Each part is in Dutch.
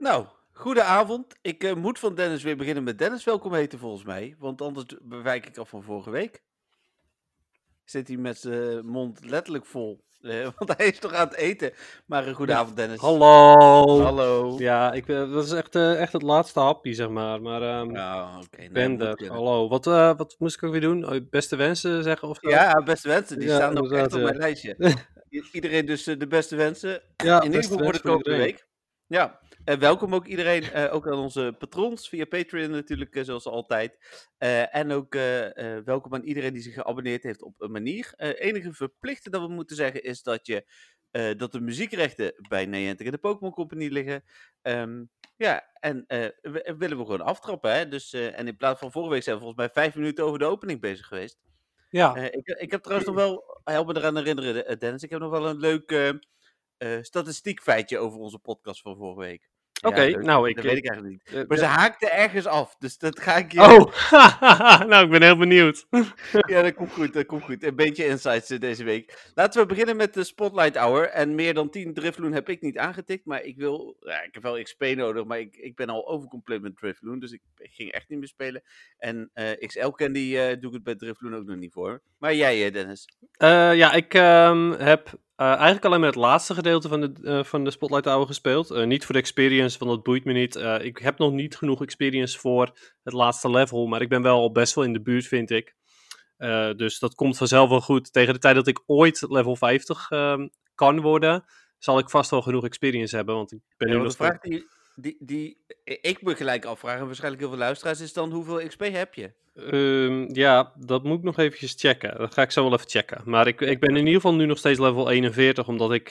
Nou, goedenavond. Ik moet van Dennis weer beginnen met Dennis welkom heten volgens mij. Want anders bewijk ik af van vorige week. Zit hij met zijn mond letterlijk vol. Want hij is toch aan het eten. Maar goedenavond Dennis. Hallo. Hallo. Ja, dat is echt het laatste hapje, zeg maar. Maar Oké. ik Nee, ben moet er. kunnen. Hallo. Wat moest ik ook weer doen? Beste wensen zeggen of zo? Ja, beste wensen. Die Ja, staan ook echt inderdaad, op ja. mijn lijstje. Iedereen dus de beste wensen. Ja, In ieder beste geval voor de wensen voor komende iedereen. week. Ja, en welkom ook iedereen, ook aan onze patrons via Patreon natuurlijk, zoals altijd. En ook welkom aan iedereen die zich geabonneerd heeft op een manier. Enige verplichte dat we moeten zeggen is dat de muziekrechten bij Niantic en de Pokémon Company liggen. Ja, en willen we gewoon aftrappen, hè? Dus, en in plaats van vorige week zijn we volgens mij 5 minuten over de opening bezig geweest. Ja. Ik heb trouwens nog wel, help me eraan herinneren, Dennis, ik heb nog wel een leuk statistiek feitje over onze podcast van vorige week. Ja, Oké, leuk. nou, Dat weet ik eigenlijk niet. Maar ja. ze haakte ergens af, dus dat ga ik je... Oh, nou, ik ben heel benieuwd. Ja, dat komt goed, dat komt goed. Een beetje insights deze week. Laten we beginnen met de Spotlight Hour. En meer dan 10 Drifloon heb ik niet aangetikt, maar ik heb wel XP nodig, maar ik ben al overcompleet met Drifloon, dus ik ging echt niet meer spelen. En XL Candy doe ik het bij Drifloon ook nog niet voor. Maar jij, Dennis? Ja, ik heb eigenlijk alleen maar het laatste gedeelte van de Spotlight Hour gespeeld. Niet voor de experience, want dat boeit me niet. Ik heb nog niet genoeg experience voor het laatste level, maar ik ben wel al best wel in de buurt, vind ik. Dus dat komt vanzelf wel goed. Tegen de tijd dat ik ooit level 50 kan worden, zal ik vast wel genoeg experience hebben, want ik ben Ja, nu want nog de steeds... vraag die ik me gelijk afvraag, en waarschijnlijk heel veel luisteraars, is dan hoeveel XP heb je? Ja, dat moet ik nog eventjes checken. Dat ga ik zo wel even checken. Maar ik ben in ieder geval nu nog steeds level 41, omdat ik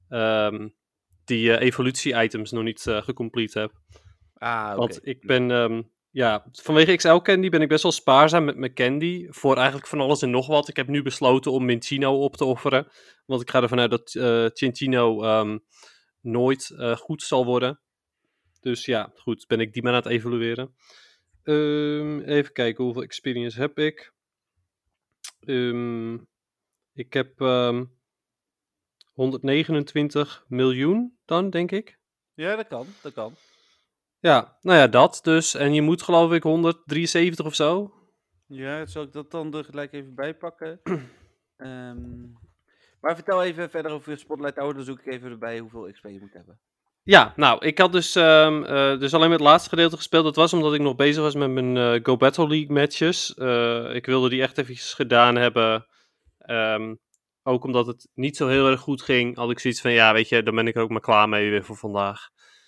die evolutie-items nog niet gecomplete heb. Oké. Want ik ben, vanwege XL Candy ben ik best wel spaarzaam met mijn candy. Voor eigenlijk van alles en nog wat. Ik heb nu besloten om Minccino op te offeren. Want ik ga ervan uit dat Cinccino nooit goed zal worden. Dus ja, goed, ben ik die maar aan het evalueren. Even kijken, hoeveel experience heb ik? Ik heb 129 miljoen dan, denk ik. Ja, dat kan. Ja, nou ja, dat dus. En je moet geloof ik 173 of zo. Ja, zal ik dat dan er gelijk even bij pakken? Maar vertel even verder over Spotlight Hour, dan zoek ik even erbij hoeveel XP je moet hebben. Ja, nou, ik had dus alleen met het laatste gedeelte gespeeld. Dat was omdat ik nog bezig was met mijn Go Battle League matches. Ik wilde die echt eventjes gedaan hebben. Ook omdat het niet zo heel erg goed ging, had ik zoiets van, ja, weet je, dan ben ik er ook maar klaar mee weer voor vandaag.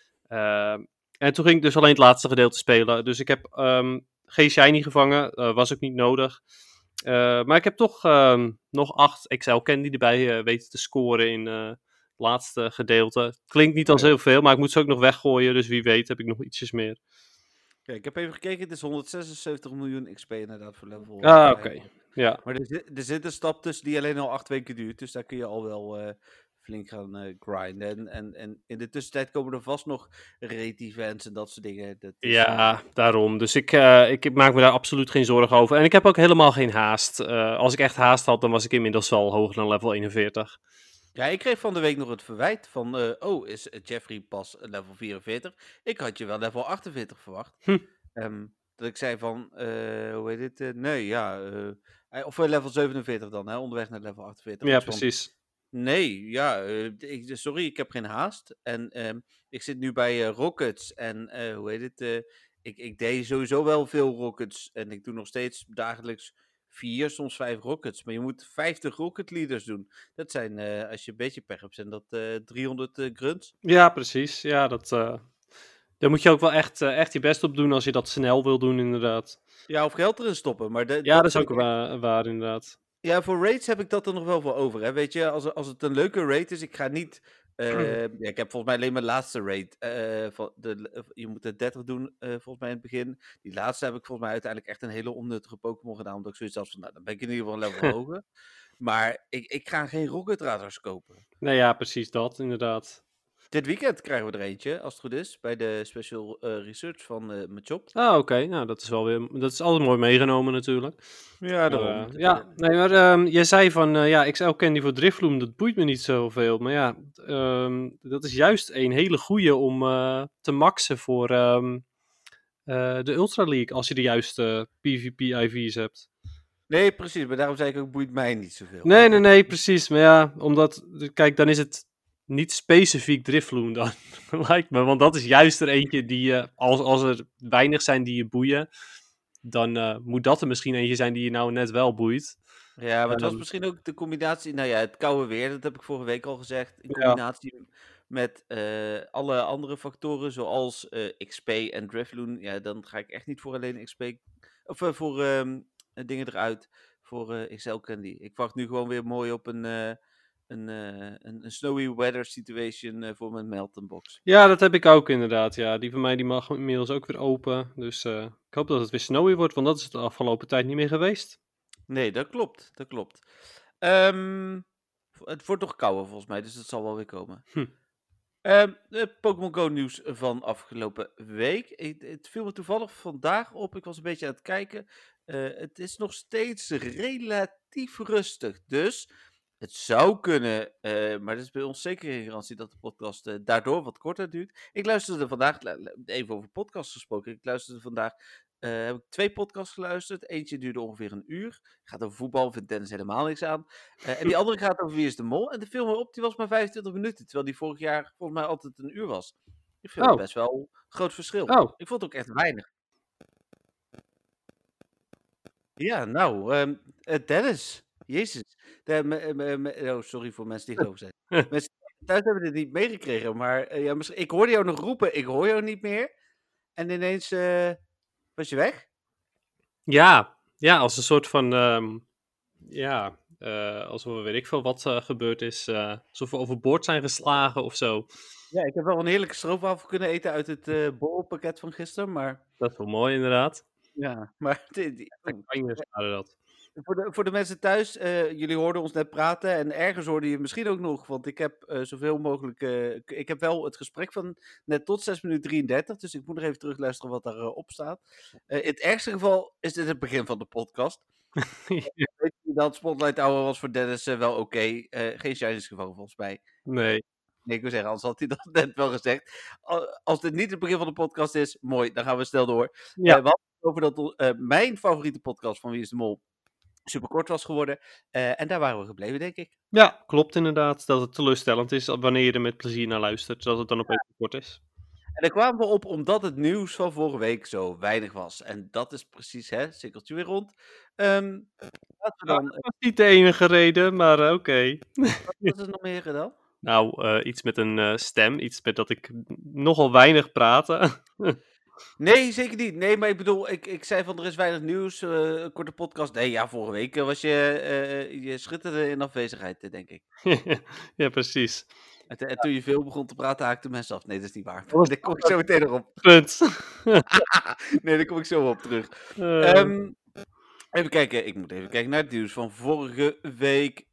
En toen ging ik dus alleen het laatste gedeelte spelen. Dus ik heb geen shiny gevangen, was ook niet nodig. Maar ik heb toch nog 8 XL Candy erbij weten te scoren in het laatste gedeelte. Klinkt niet als heel veel, maar ik moet ze ook nog weggooien. Dus wie weet heb ik nog ietsjes meer. Kijk, ik heb even gekeken, het is 176 miljoen XP inderdaad voor level Oké. Ja. Maar er zit een stap tussen die alleen al 8 weken duurt, dus daar kun je al wel flink gaan grinden. En in de tussentijd komen er vast nog raid events en dat soort dingen. Dat is, Ja, daarom. Dus ik maak me daar absoluut geen zorgen over. En ik heb ook helemaal geen haast. Als ik echt haast had, dan was ik inmiddels wel hoger dan level 41. Ja, ik kreeg van de week nog het verwijt van, is Jeffrey pas level 44? Ik had je wel level 48 verwacht. Hm. Dat ik zei van, hoe heet dit? Nee, ja, of level 47 dan, hè, onderweg naar level 48. Ja, Ik van, precies. nee, ja, sorry, ik heb geen haast. En ik zit nu bij Rockets en hoe heet het? Ik deed sowieso wel veel Rockets en ik doe nog steeds dagelijks 4, soms 5 Rockets. Maar je moet 50 Rocket Leaders doen. Dat zijn, als je een beetje pech hebt, zijn dat 300 grunts. Ja, precies. Ja, daar moet je ook wel echt je best op doen als je dat snel wil doen, inderdaad. Ja, of geld erin stoppen. Maar Ja, dat is vind ook ik echt... waar, inderdaad. Ja, voor raids heb ik dat er nog wel voor over. Hè? Weet je, als het een leuke raid is, ik ga niet... ja, ik heb volgens mij alleen mijn laatste raid. Je moet er 30 doen, volgens mij in het begin. Die laatste heb ik volgens mij uiteindelijk echt een hele onnuttige Pokémon gedaan. Omdat ik zoiets had van, nou, dan ben ik in ieder geval een level hoger. Maar ik ga geen Rocket Radars kopen. Nee, ja, precies dat, inderdaad. Dit weekend krijgen we er eentje, als het goed is, bij de special research van Machop. Ah, oké. Nou, dat is wel weer... Dat is altijd mooi meegenomen natuurlijk. Ja, Maar, daarom. ja, nee, maar jij zei van... ja, XL Candy voor Drifloom, dat boeit me niet zoveel. Maar ja, dat is juist een hele goeie om te maxen voor de Ultra League. Als je de juiste PvP-IV's hebt. Nee, precies. Maar daarom zei ik ook, boeit mij niet zoveel. Nee, precies. Maar ja, omdat... Kijk, dan is het niet specifiek Drifloom dan, lijkt me. Want dat is juist er eentje die je... Als er weinig zijn die je boeien... Dan moet dat er misschien eentje zijn die je nou net wel boeit. Ja, maar het was Ehm, misschien ook de combinatie, nou ja, het koude weer, dat heb ik vorige week al gezegd, in ja, combinatie met alle andere factoren, zoals XP en Drifloon. Ja, dan ga ik echt niet voor alleen XP, of voor dingen eruit, voor XL Candy. Ik wacht nu gewoon weer mooi op een snowy weather situation voor mijn Melton box. ja, dat heb ik ook inderdaad. Ja. Die van mij die mag inmiddels ook weer open. Dus ik hoop dat het weer snowy wordt, want dat is het de afgelopen tijd niet meer geweest. Nee, dat klopt, dat klopt. Ehm, het wordt toch kouder volgens mij, dus dat zal wel weer komen. Hm. De Pokémon Go nieuws van afgelopen week. Het viel me toevallig vandaag op. Ik was een beetje aan het kijken. Het is nog steeds relatief rustig. Dus het zou kunnen, maar dat is bij ons zeker geen garantie dat de podcast daardoor wat korter duurt. Ik luisterde vandaag, even over podcasts gesproken. Ik luisterde vandaag, heb ik 2 podcasts geluisterd. Eentje duurde ongeveer een uur. Gaat over voetbal, vindt Dennis helemaal niks aan. En die andere gaat over Wie is de Mol. En de viel me op, die was maar 25 minuten. Terwijl die vorig jaar volgens mij altijd een uur was. Ik vind dat Oh, best wel een groot verschil. oh. Ik vond het ook echt weinig. Ja, nou, Dennis. Jezus. Oh, sorry voor mensen die geloof zijn. Mensen thuis hebben dit niet meegekregen. Maar ja, misschien, ik hoorde jou nog roepen, ik hoor jou niet meer. En ineens was je weg. Ja, als een soort van... ja, alsof er weet ik veel wat gebeurd is. Alsof we overboord zijn geslagen of zo. Ja, ik heb wel een heerlijke stroopwafel kunnen eten uit het borrelpakket van gisteren. Maar Dat is wel mooi inderdaad. ja, maar Dat kan je schade dat. voor de mensen thuis, jullie hoorden ons net praten en ergens hoorde je misschien ook nog, want ik heb zoveel mogelijk, ik heb wel het gesprek van net tot 6 minuten 33, dus ik moet nog even terugluisteren wat daarop op staat. In het ergste geval is dit het begin van de podcast. Weet je dat Spotlight Hour was voor Dennis wel oké. Geen shinies geval volgens mij. Nee. Nee, ik wil zeggen, anders had hij dat net wel gezegd. Als dit niet het begin van de podcast is, mooi, dan gaan we snel door. Ja. We hadden het over dat mijn favoriete podcast van Wie is de Mol super kort was geworden. En daar waren we gebleven, denk ik. Ja, klopt inderdaad. Dat het teleurstellend is wanneer je er met plezier naar luistert. Dat het dan opeens te kort is. En daar kwamen we op omdat het nieuws van vorige week zo weinig was. En dat is precies, hè, cirkeltje weer rond. Laten we dan... Dat was niet de enige reden, maar oké. Wat is er nog meer gedaan? Nou, iets met een stem. Iets met dat ik nogal weinig praatte. Nee, zeker niet. Nee, maar ik bedoel, ik zei van er is weinig nieuws, een korte podcast. Nee, ja, vorige week was je schitterde in afwezigheid, denk ik. Ja, En precies. toen je veel begon te praten, haakten mensen af. Nee, dat is niet waar. was- Daar kom ik zo meteen nog op. Punt. Nee, daar kom ik zo op terug. Eh, Even kijken, ik moet even kijken naar het nieuws van vorige week.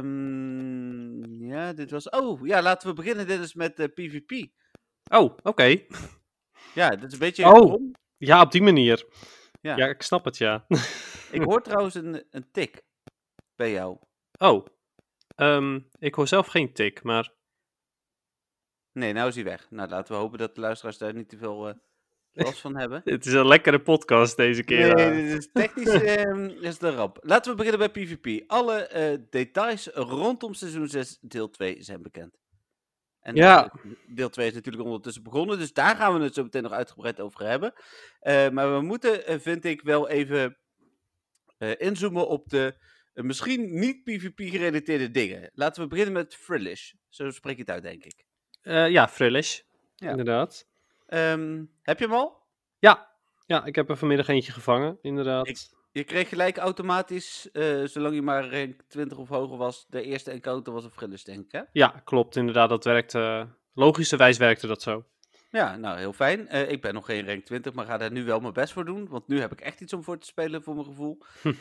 Ja, dit was... Oh, ja, laten we beginnen. Dit is met PvP. Oh, oké. Ja, dit is een beetje Oh. krom. Ja, op die manier. Ja. Ja, ik snap het, ja. Ik hoor trouwens een tik bij jou. Oh. Ik hoor zelf geen tik, maar... Nee, nou is hij weg. Nou, laten we hopen dat de luisteraars daar niet te veel last van hebben. Het is een lekkere podcast deze keer. Nee, dit is technisch is de ramp. Laten we beginnen bij PvP. Alle details rondom seizoen 6 deel 2 zijn bekend. En Ja. deel 2 is natuurlijk ondertussen begonnen, dus daar gaan we het zo meteen nog uitgebreid over hebben. Maar we moeten, vind ik, wel even inzoomen op de misschien niet PvP-gerelateerde dingen. Laten we beginnen met Frillish. Zo spreek je het uit, denk ik. Ja, Frillish. Ja. Inderdaad. Heb je hem al? Ja, ik heb er vanmiddag eentje gevangen, inderdaad. Je kreeg gelijk automatisch, zolang je maar rank 20 of hoger was, de eerste encounter was een Frillish, denk ik, hè? Ja, klopt, inderdaad. Dat werkt. Logischerwijs werkte dat zo. Ja, nou, heel fijn. Ik ben nog geen rank 20, maar ga daar nu wel mijn best voor doen. Want nu heb ik echt iets om voor te spelen, voor mijn gevoel.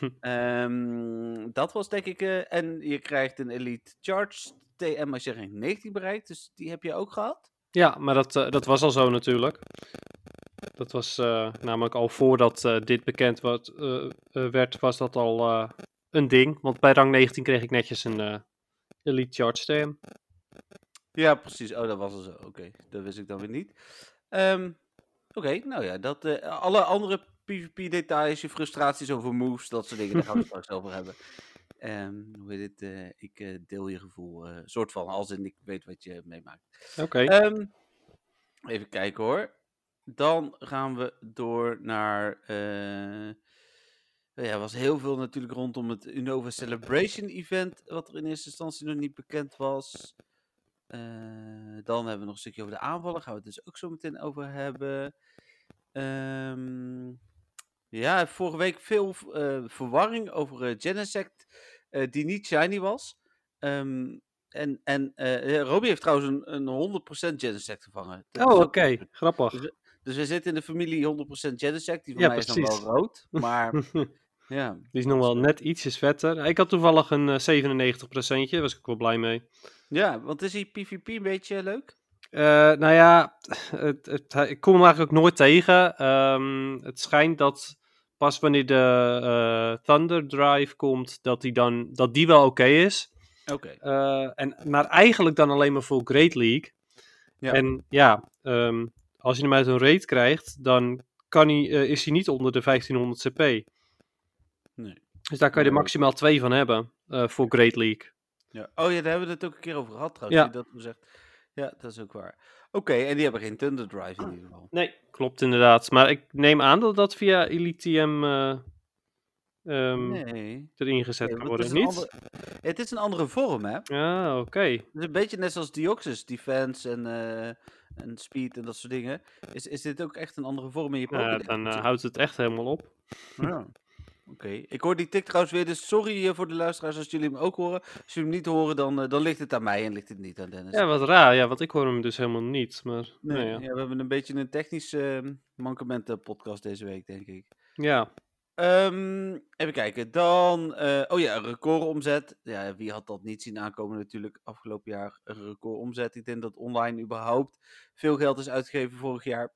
Dat was denk ik... en je krijgt een Elite Charge TM als je rank 19 bereikt. Dus die heb je ook gehad? Ja, maar dat was al zo natuurlijk. Dat was namelijk al voordat dit bekend werd, was dat al een ding. Want bij rang 19 kreeg ik netjes een Elite Charge Stem. Ja, precies. Oh, dat was al zo. Oké, dat wist ik dan weer niet. Oké, nou ja, alle andere PvP-details, je frustraties over moves, dat soort dingen, daar gaan we het straks over hebben. Hoe heet het? Ik deel je gevoel, soort van, als in ik weet wat je meemaakt. Oké. Even kijken hoor. Dan gaan we door naar. Ja, er was heel veel natuurlijk rondom het Unova Celebration Event, wat er in eerste instantie nog niet bekend was. Dan hebben we nog een stukje over de aanvallen, gaan we het dus ook zo meteen over hebben. Ja, vorige week veel verwarring over Genesect, die niet shiny was. Robbie heeft trouwens een 100% Genesect gevangen. Dat is Oh, ook oké. Grappig. dus we zitten in de familie 100% Genesect. Die van Ja, mij is dan wel precies. rood, maar ja. Die is nog wel net ietsjes vetter. Ik had toevallig een 97%, daar was ik ook wel blij mee. Ja, want is die PvP een beetje leuk? Nou ja, ik kom hem eigenlijk ook nooit tegen. Het schijnt dat pas wanneer de Thunder Drive komt, dat die wel oké is. Oké. Maar eigenlijk dan alleen maar voor Great League. Ja. En ja, als je hem uit een raid krijgt, dan is hij niet onder de 1500 CP. Nee. Dus daar kan je er maximaal 2 van hebben voor Great League. Ja. Oh ja, daar hebben we het ook een keer over gehad trouwens. Ja. Je dat zegt. Ja, dat is ook waar. Oké, en die hebben geen Thunder Drive in ieder geval. Nee, klopt inderdaad. Maar ik neem aan dat dat via Elitium erin gezet kan worden. Niet? Het is een andere vorm, hè? Ah, oké. Het is een beetje net zoals Deoxys, Defense en Speed en dat soort dingen. Is dit ook echt een andere vorm in je Pokédex? Dan houdt het echt helemaal op. Ja. Oké. Ik hoor die tik trouwens weer, dus sorry voor de luisteraars als jullie hem ook horen. Als jullie hem niet horen, dan ligt het aan mij en ligt het niet aan Dennis. Ja, wat raar. Ja, want ik hoor hem dus helemaal niet. Maar, Nee, ja. Ja, we hebben een beetje een technisch mankement podcast deze week, denk ik. Ja. Even kijken, dan... een recordomzet. Ja, wie had dat niet zien aankomen natuurlijk afgelopen jaar? Een recordomzet. Ik denk dat online überhaupt veel geld is uitgegeven vorig jaar.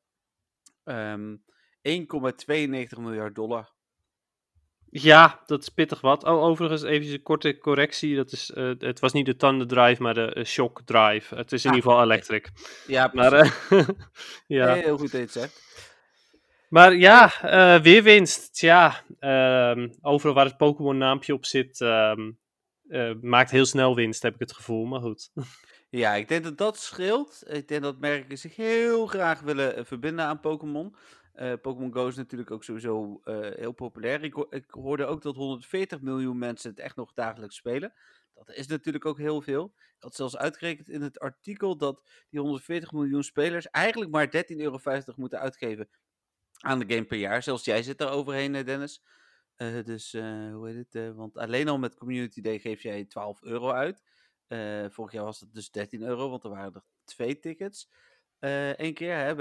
1,92 miljard dollar. Ja, dat is pittig wat. Oh, overigens even een korte correctie. Dat is, het was niet de Thunder Drive, maar de Shock Drive. Het is in ieder geval electric. Ja, precies. Maar, ja. Heel goed dat je het zegt. Maar ja, weer winst. Tja, overal waar het Pokémon naampje op zit, maakt heel snel winst, heb ik het gevoel. Maar goed. Ja, ik denk dat dat scheelt. Ik denk dat merken zich heel graag willen verbinden aan Pokémon. Pokémon Go is natuurlijk ook sowieso heel populair. Ik hoorde ook dat 140 miljoen mensen het echt nog dagelijks spelen. Dat is natuurlijk ook heel veel. Ik had zelfs uitgerekend in het artikel dat die 140 miljoen spelers eigenlijk maar €13,50 moeten uitgeven aan de game per jaar. Zelfs jij zit daar overheen, Dennis. Hoe heet het? Want alleen al met Community Day geef jij €12 uit. Vorig jaar was het dus €13, want er waren er 2 tickets. Eén keer hè,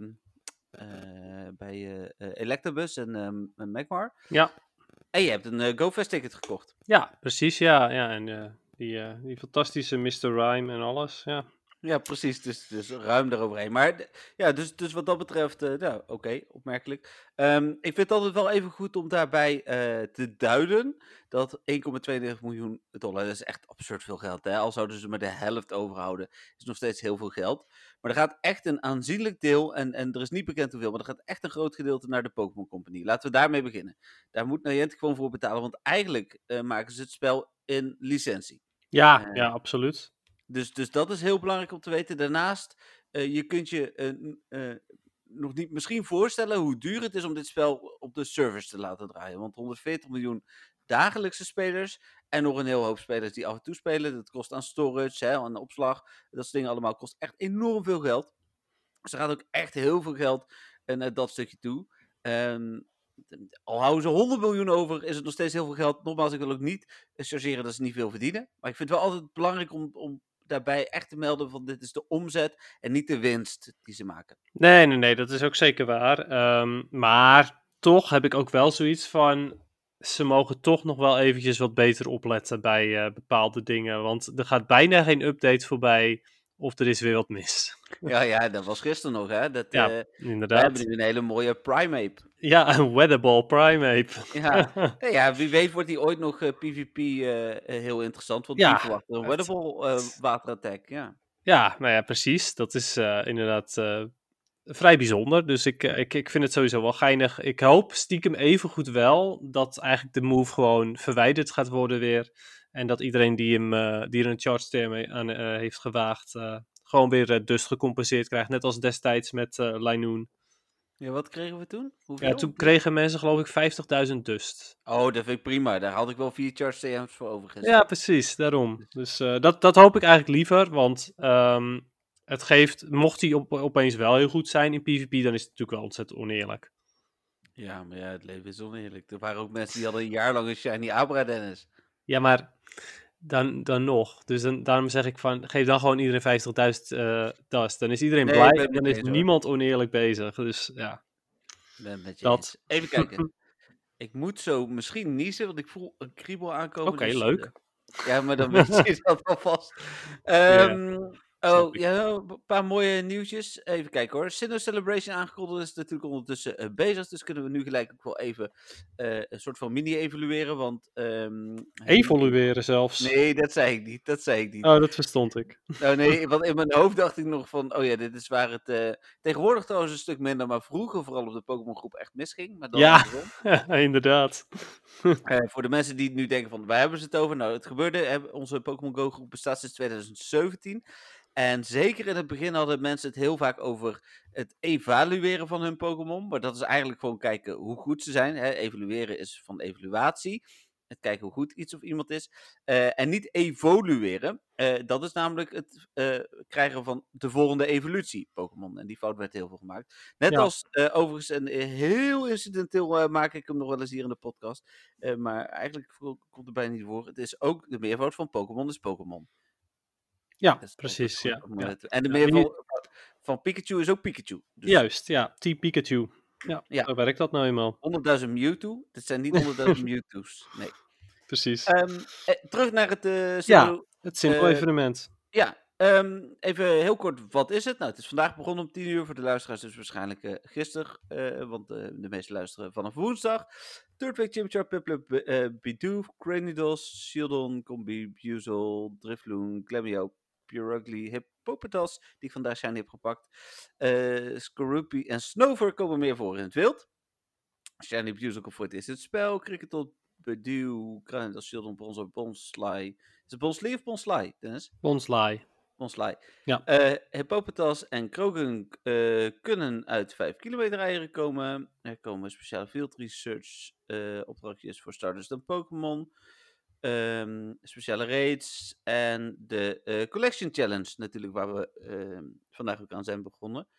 bij Electabuzz en Magmar. Ja. En je hebt een GoFest ticket gekocht. Ja, precies. Ja. En die fantastische Mr. Rhyme en alles. Ja. Ja, precies. Dus ruim eroverheen. Maar ja, dus wat dat betreft, oké, opmerkelijk. Ik vind het altijd wel even goed om daarbij te duiden dat $1,92 miljoen, dat is echt absurd veel geld. Hè? Al zouden ze maar de helft overhouden, is nog steeds heel veel geld. Maar er gaat echt een aanzienlijk deel, en er is niet bekend hoeveel, maar er gaat echt een groot gedeelte naar de Pokémon Company. Laten we daarmee beginnen. Daar moet Niantic gewoon voor betalen, want eigenlijk maken ze het spel in licentie. Ja, absoluut. Dus dat is heel belangrijk om te weten. Daarnaast, je kunt je nog niet misschien voorstellen hoe duur het is om dit spel op de servers te laten draaien. Want 140 miljoen dagelijkse spelers en nog een heel hoop spelers die af en toe spelen. Dat kost aan storage, aan opslag. Dat soort dingen allemaal kost echt enorm veel geld. Dus er gaat ook echt heel veel geld naar dat stukje toe. Al houden ze 100 miljoen over, is het nog steeds heel veel geld. Nogmaals, ik wil ook niet chargeren dat ze niet veel verdienen. Maar ik vind het wel altijd belangrijk om daarbij echt te melden van dit is de omzet en niet de winst die ze maken. Nee, dat is ook zeker waar. Maar toch heb ik ook wel zoiets van, ze mogen toch nog wel eventjes wat beter opletten bij bepaalde dingen. Want er gaat bijna geen update voorbij of er is weer wat mis. Ja, dat was gisteren nog, hè. Ja, Wij inderdaad. hebben nu een hele mooie Primeape. Ja, een Weatherball Primeape. Ja. Ja, wie weet wordt die ooit nog PvP heel interessant, want Ja, die verwachten een Weatherball waterattack, ja. Ja, nou ja, precies. Dat is inderdaad vrij bijzonder. Dus ik vind het sowieso wel geinig. Ik hoop stiekem evengoed wel dat eigenlijk de move gewoon verwijderd gaat worden weer. En dat iedereen die er een charge term aan heeft gewaagd, gewoon weer dust gecompenseerd krijgt. Net als destijds met Linoon. Ja, wat kregen we toen? Hoeveel? Ja, toen kregen mensen geloof ik 50.000 dust. Oh, dat vind ik prima. Daar had ik wel 4 charge TM's voor overigens. Ja, precies, daarom. Dus dat hoop ik eigenlijk liever, want het geeft, mocht hij opeens wel heel goed zijn in PvP, dan is het natuurlijk wel ontzettend oneerlijk. Ja, maar ja, het leven is oneerlijk. Er waren ook mensen die hadden een jaar lang een shiny Abra, Dennis. Ja, maar dan nog. Dus daarom zeg ik van, geef dan gewoon iedereen 50.000 dust. Dan is iedereen Nee, blij ik ben en dan het is eens, hoor. niemand oneerlijk bezig. Dus ja, Ben het met je dat. eens. Even kijken. Ik moet zo misschien niezen, want ik voel een kriebel aankomen. Oké, dus, leuk. ja, maar dan weet je dat alvast. snap ik. Ja, een paar mooie nieuwtjes. Even kijken hoor. Sinnoh Celebration aangekondigd is natuurlijk ondertussen bezig. Dus kunnen we nu gelijk ook wel even een soort van mini-evalueren. Want, Evolueren zelfs. Nee, dat zei ik niet. Dat zei ik niet. Oh, dat verstond ik. Oh nee, want in mijn hoofd dacht ik nog van, oh ja, dit is waar het tegenwoordig trouwens een stuk minder, maar vroeger vooral op de Pokémon groep echt misging. Maar dan Ja, andersom. inderdaad. Voor de mensen die nu denken van, waar hebben ze het over? Nou, het gebeurde, onze Pokémon Go groep bestaat sinds 2017. En zeker in het begin hadden mensen het heel vaak over het evalueren van hun Pokémon. Maar dat is eigenlijk gewoon kijken hoe goed ze zijn. Hè? Evalueren is van evaluatie. Het kijken hoe goed iets of iemand is. En niet evolueren. Dat is namelijk het krijgen van de volgende evolutie Pokémon. En die fout werd heel veel gemaakt. Net Ja. als overigens, een heel incidenteel maak ik hem nog wel eens hier in de podcast. Maar eigenlijk komt er bijna niet voor. Het is ook de meervoud van Pokémon is Pokémon. Ja, Dat is precies. goed Ja. om, Ja. en de Ja, meervoud van Pikachu is ook Pikachu. Dus Juist, ja. Team Pikachu. Ja, Ja. zo werkt dat nou eenmaal. 100.000 Mewtwo. Dit zijn niet 100.000 Mewtwo's. Nee. Precies. Terug naar het Ja, Sinnoh. het simpel evenement. Ja, even heel kort, wat is het? Nou, het is vandaag begonnen om 10 uur. Voor de luisteraars dus waarschijnlijk gisteren, want de meeste luisteren vanaf woensdag. Third Week Chimchar, Piplup, Bidoof, Cranidos, Shieldon, Combi, Buzel, Drifloon, Glameow, Purugly, Hippopotas, die ik vandaag shiny heb gepakt. Skorupi en Snover komen meer voor in het wild. Shiny Buzel komt voor het eerst in het spel. Kricketot, Bidoof, Cranidos, Shieldon, Bronzor, Bonsly. Is het Bonsly of Bonsly, Dennis? Bonsly. Bonsly. Ja. Hippopotas en Krogan kunnen uit 5 kilometer eieren komen. Er komen speciale field research opdrachtjes voor starters dan Pokémon. Speciale raids. En de Collection Challenge natuurlijk, waar we vandaag ook aan zijn begonnen.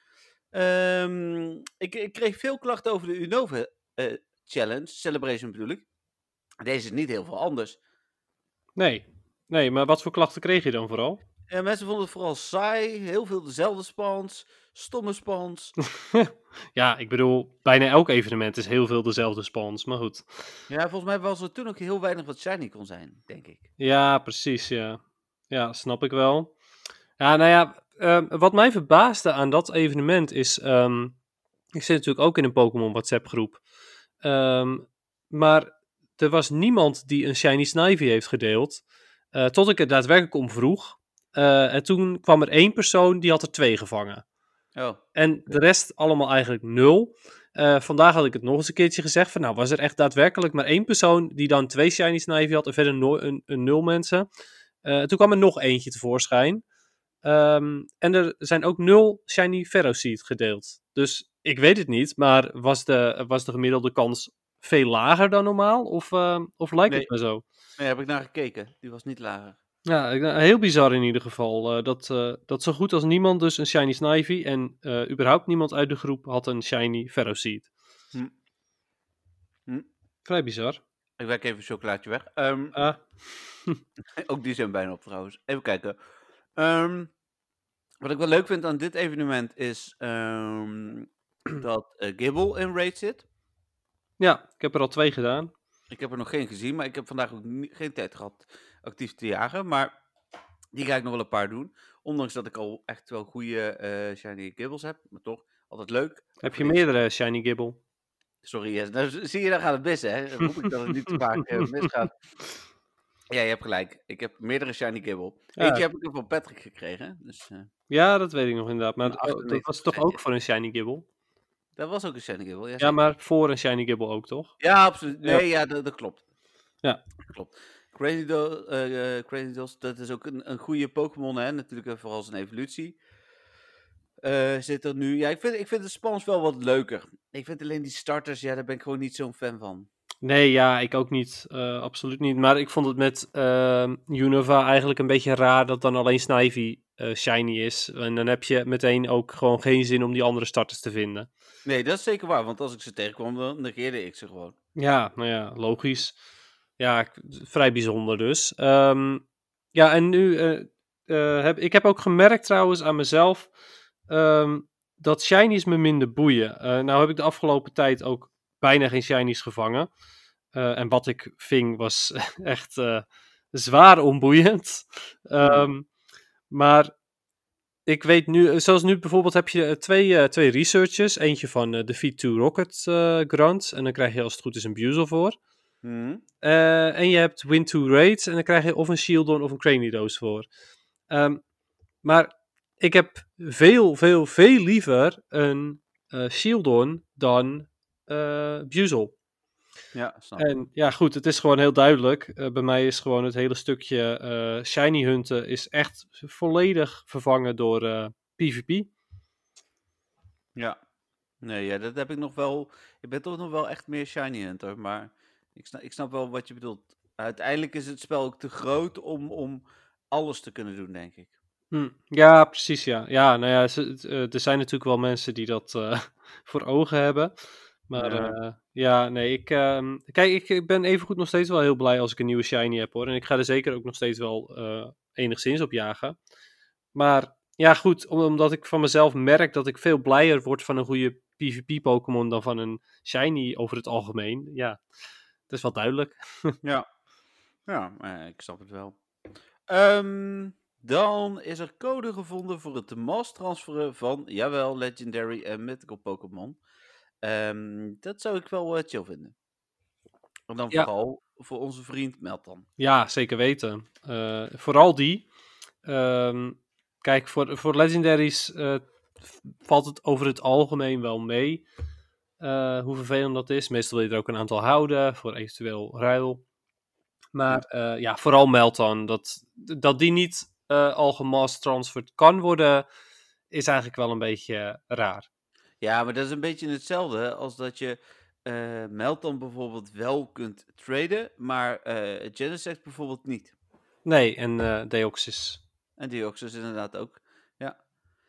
Ik kreeg veel klachten over de Unova Challenge, Celebration bedoel ik. Deze is niet heel veel anders. Nee, maar wat voor klachten kreeg je dan vooral? Ja, mensen vonden het vooral saai, heel veel dezelfde spawns, stomme spawns. Ja, ik bedoel, bijna elk evenement is heel veel dezelfde spawns, maar goed. Ja, volgens mij was er toen ook heel weinig wat shiny kon zijn, denk ik. Ja, precies, ja. Ja, snap ik wel. Ja, nou ja, wat mij verbaasde aan dat evenement is... ik zit natuurlijk ook in een Pokémon WhatsApp groep. Maar er was niemand die een Shiny Snivy heeft gedeeld. Tot ik er daadwerkelijk om vroeg. En toen kwam er 1 persoon die had er 2 gevangen. Oh. En de rest allemaal eigenlijk 0. Vandaag had ik het nog eens een keertje gezegd. Van, nou, was er echt daadwerkelijk maar 1 persoon die dan 2 Shiny Snivy had. En verder een 0 mensen. Toen kwam er nog eentje tevoorschijn. En er zijn ook 0 Shiny Ferroseed gedeeld. Dus ik weet het niet. Maar was de gemiddelde kans veel lager dan normaal? Of lijkt het me zo? Nee, daar heb ik naar gekeken. Die was niet lager. Ja, heel bizar in ieder geval. Dat zo goed als niemand dus een Shiny Snivy en überhaupt niemand uit de groep had een Shiny Ferroseed. Vrij bizar. Ik werk even een chocolaatje weg. Ook die zijn bijna op trouwens. Even kijken. Wat ik wel leuk vind aan dit evenement is dat Gible in raid zit. Ja, ik heb er al 2 gedaan. Ik heb er nog geen gezien, maar ik heb vandaag ook geen tijd gehad actief te jagen. Maar Die ga ik nog wel een paar doen. Ondanks dat ik al echt wel goede shiny Gibbles heb. Maar toch, altijd leuk. Heb Voor je deze... meerdere Shiny Gibble? Sorry, yes. Nou, zie je, daar gaat het mis, hè? Roep ik dat het niet te vaak misgaat. Ja, je hebt gelijk. Ik heb meerdere shiny Gibble. Ja, Eentje heb ik er van Patrick gekregen. Dus ja, dat weet ik nog inderdaad. Maar een dat was toch 98%. ook voor een Shiny Gibble? Dat was ook een shiny Gibble, Ja, jazeker. maar voor een Shiny Gibble ook, toch? Ja, absoluut. Ja. Nee, ja, dat klopt. Ja. Klopt. Crazy Dolls, dat is ook een goede Pokémon, hè? Natuurlijk vooral zijn evolutie. Zit er nu... Ja, ik vind de spans wel wat leuker. Ik vind alleen die starters, ja, daar ben ik gewoon niet zo'n fan van. Nee, ja, ik ook niet. Absoluut niet. Maar ik vond het met Unova eigenlijk een beetje raar dat dan alleen Snivy shiny is. En dan heb je meteen ook gewoon geen zin om die andere starters te vinden. Nee, dat is zeker waar, want als ik ze tegenkwam, dan negeerde ik ze gewoon. Ja, nou ja, logisch. Ja, vrij bijzonder dus. Ja, en nu ik heb ook gemerkt trouwens aan mezelf dat shinies me minder boeien. Nou heb ik de afgelopen tijd ook bijna geen shinies gevangen. En wat ik ving was echt zwaar onboeiend. Maar ik weet nu, zoals nu bijvoorbeeld heb je twee researches. Eentje van de V2 Rocket Grant. En dan krijg je als het goed is een Buizel voor. Hmm. En je hebt Win 2 Raids. En dan krijg je of een Shieldon of een Cranidos voor. Maar ik heb veel liever een Shieldon dan Buizel. Ja, snap. En ja, goed, het is gewoon heel duidelijk. Bij mij is gewoon het hele stukje shiny hunten is echt volledig vervangen door PvP. Ja. Nee, ja, dat heb ik nog wel. Ik ben toch nog wel echt meer shiny hunter, maar ik snap wel wat je bedoelt. Uiteindelijk is het spel ook te groot om alles te kunnen doen, denk ik. Ja, precies, ja. Ja, nou ja, er zijn natuurlijk wel mensen die dat voor ogen hebben. Maar Ja. ja, nee, kijk, ik ben evengoed nog steeds wel heel blij als ik een nieuwe shiny heb, hoor. En ik ga er zeker ook nog steeds wel enigszins op jagen. Maar ja, goed, omdat ik van mezelf merk dat ik veel blijer word van een goede PvP-Pokémon dan van een shiny over het algemeen. Ja, dat is wel duidelijk. Ja. Ja, ik snap het wel. Dan is er code gevonden voor het mass transferen van, jawel, Legendary en Mythical Pokémon. Dat zou ik wel chill vinden. En dan Ja, vooral voor onze vriend Meltan. ja, zeker weten. Vooral die. Kijk, voor Legendaries valt het over het algemeen wel mee. Hoe vervelend dat is. Meestal wil je er ook een aantal houden voor eventueel ruil. Maar ja, vooral Meltan. Dat die niet al gemass transferred kan worden, is eigenlijk wel een beetje raar. Ja, maar dat is een beetje hetzelfde als dat je Meltan bijvoorbeeld wel kunt traden, maar Genesect bijvoorbeeld niet. Nee, en Deoxys. En Deoxys inderdaad ook. Ja.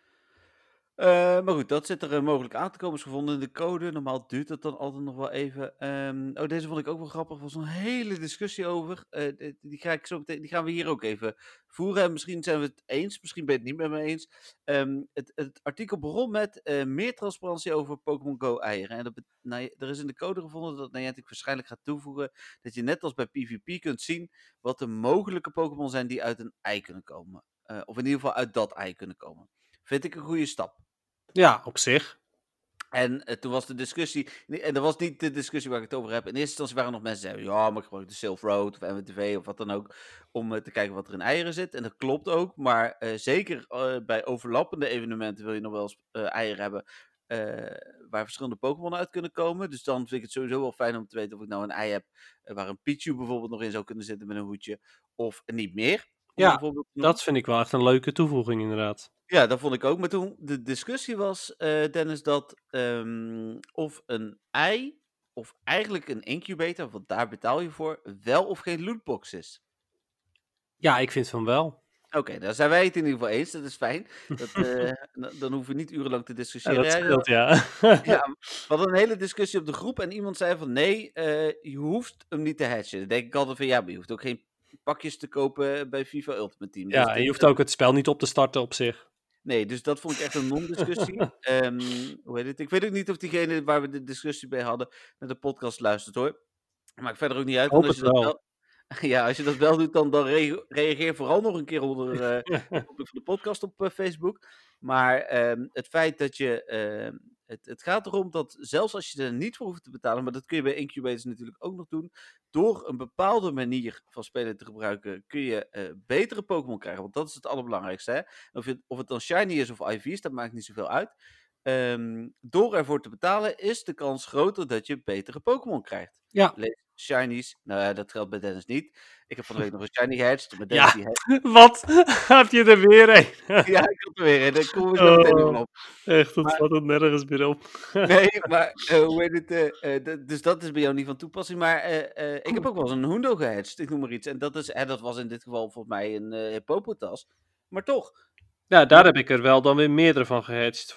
Maar goed, dat zit er mogelijk aan te komen. Is gevonden in de code. Normaal duurt dat dan altijd nog wel even. Oh, deze vond ik ook wel grappig. Er was een hele discussie over. Die die gaan we hier ook even voeren. En misschien zijn we het eens. Misschien ben je het niet met me eens. Het artikel begon met meer transparantie over Pokémon Go eieren. En er is in de code gevonden dat Niantic waarschijnlijk gaat toevoegen dat je net als bij PvP kunt zien wat de mogelijke Pokémon zijn die uit een ei kunnen komen. Of in ieder geval uit dat ei kunnen komen. Vind ik een goede stap. Ja, op zich. En toen was de discussie, en dat was niet de discussie waar ik het over heb. In eerste instantie waren er nog mensen die zeiden, ja, maar ik gebruik de Silph Road of MWTV of wat dan ook, om te kijken wat er in eieren zit. En dat klopt ook, maar zeker bij overlappende evenementen wil je nog wel eens eieren hebben waar verschillende Pokémon uit kunnen komen. Dus dan vind ik het sowieso wel fijn om te weten of ik nou een ei heb waar een Pichu bijvoorbeeld nog in zou kunnen zitten met een hoedje, of niet meer. Om Ja, bijvoorbeeld te noemen. dat vind ik wel echt een leuke toevoeging, inderdaad. Ja, dat vond ik ook. Maar toen de discussie was, Dennis, dat of een ei, of eigenlijk een incubator, want daar betaal je voor, wel of geen lootbox is. Ja, ik vind van wel. Oké, dan zijn wij het in ieder geval eens. Dat is fijn. Dan hoeven we niet urenlang te Ja, discussiëren. dat Ja, scheelt, ja. ja, we hadden een hele discussie op de groep en iemand zei van nee, je hoeft hem niet te hatchen. Dan denk ik altijd van ja, maar je hoeft ook geen pakjes te kopen bij FIFA Ultimate Team. Dus Ja, en je hoeft ook het spel niet op te starten op zich. nee, dus dat vond ik echt een non-discussie. Hoe heet het? Ik weet ook niet of diegene waar we de discussie bij hadden naar de podcast luistert hoor. Maakt verder ook niet uit. Hoop Want het wel. Ja, als je dat wel doet, dan reageer vooral nog een keer onder de topic van de podcast op Facebook. Maar het feit dat je... het gaat erom dat zelfs als je er niet voor hoeft te betalen, maar dat kun je bij incubators natuurlijk ook nog doen, door een bepaalde manier van spelen te gebruiken, kun je betere Pokémon krijgen. Want dat is het allerbelangrijkste. Hè? Of het dan shiny is of IV's, dat maakt niet zoveel uit. Door ervoor te betalen is de kans groter dat je betere Pokémon krijgt. Ja. Lees shinies. Nou ja, dat geldt bij Dennis niet. Ik heb van de week nog een shiny gehatcht. Maar Ja. Dennis die Wat? Heb je er weer een? Ja, ik had er weer een. Daar komen we zo meteen nog op. Echt, dat valt het nergens meer op. Nee, maar hoe heet het? Dus dat is bij jou niet van toepassing. Maar ik heb ook wel eens een Hundo gehatcht. Ik noem maar iets. En dat was in dit geval volgens mij een Hippopotas. Maar toch. Ja, daar heb ik er wel dan weer meerdere van gehatcht.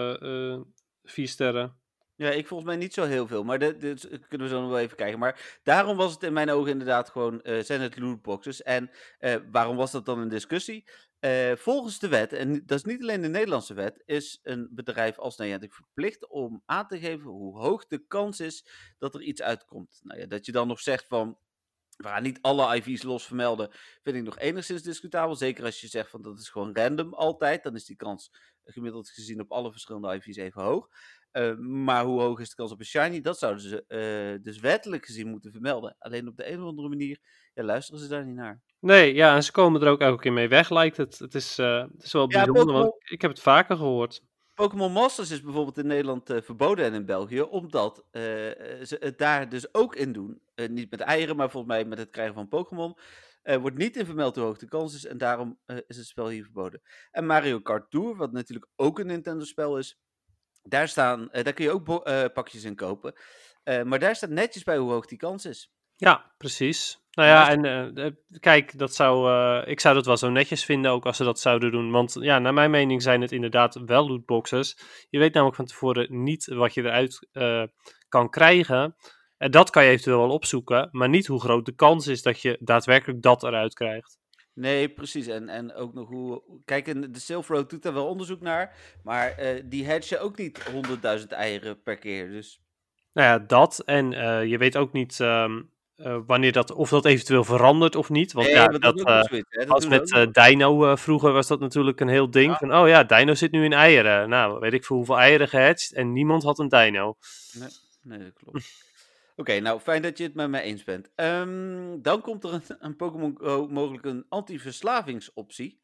4 sterren. Ja, ik volgens mij niet zo heel veel, maar dat kunnen we zo nog wel even kijken. Maar daarom was het in mijn ogen inderdaad gewoon, zijn het lootboxes. En waarom was dat dan een discussie? Volgens de wet, en dat is niet alleen de Nederlandse wet, is een bedrijf als Niantic verplicht om aan te geven hoe hoog de kans is dat er iets uitkomt. Nou ja, dat je dan nog zegt van, we gaan niet alle IV's los vermelden, vind ik nog enigszins discutabel. Zeker als je zegt van dat is gewoon random altijd, dan is die kans gemiddeld gezien op alle verschillende IV's even hoog. Maar hoe hoog is de kans op een shiny? Dat zouden ze dus wettelijk gezien moeten vermelden. Alleen op de een of andere manier luisteren ze daar niet naar. Nee, ja, en ze komen er ook elke keer mee weg, lijkt het. Het is wel bijzonder, want ik heb het vaker gehoord. Pokémon Masters is bijvoorbeeld in Nederland verboden en in België, omdat ze het daar dus ook in doen. Niet met eieren, maar volgens mij met het krijgen van Pokémon. Wordt niet in vermeld hoe hoog de kans is en daarom is het spel hier verboden. En Mario Kart Tour, wat natuurlijk ook een Nintendo-spel is, daar kun je ook pakjes in kopen. Maar daar staat netjes bij hoe hoog die kans is. Ja, precies. Nou ja, en kijk, ik zou dat wel zo netjes vinden ook als ze dat zouden doen. Want ja, naar mijn mening zijn het inderdaad wel lootboxes. Je weet namelijk van tevoren niet wat je eruit kan krijgen. En dat kan je eventueel wel opzoeken, maar niet hoe groot de kans is dat je daadwerkelijk dat eruit krijgt. Nee, precies. En ook nog hoe... Kijk, de Silver Road doet daar wel onderzoek naar. Maar die hatchen ook niet 100.000 eieren per keer. Dus... Nou ja, dat. En je weet ook niet wanneer of dat eventueel verandert of niet. Want nee, ja, want dat is ook nog zoiets, hè? Dat als doen ze met ook nog. Dino vroeger was dat natuurlijk een heel ding. Ja. Van, oh ja, Dino zit nu in eieren. Nou, weet ik veel hoeveel eieren gehatcht en niemand had een Dino. Nee, dat klopt. Oké, nou, fijn dat je het met mij eens bent. Dan komt er een Pokémon Go mogelijk een anti-verslavingsoptie.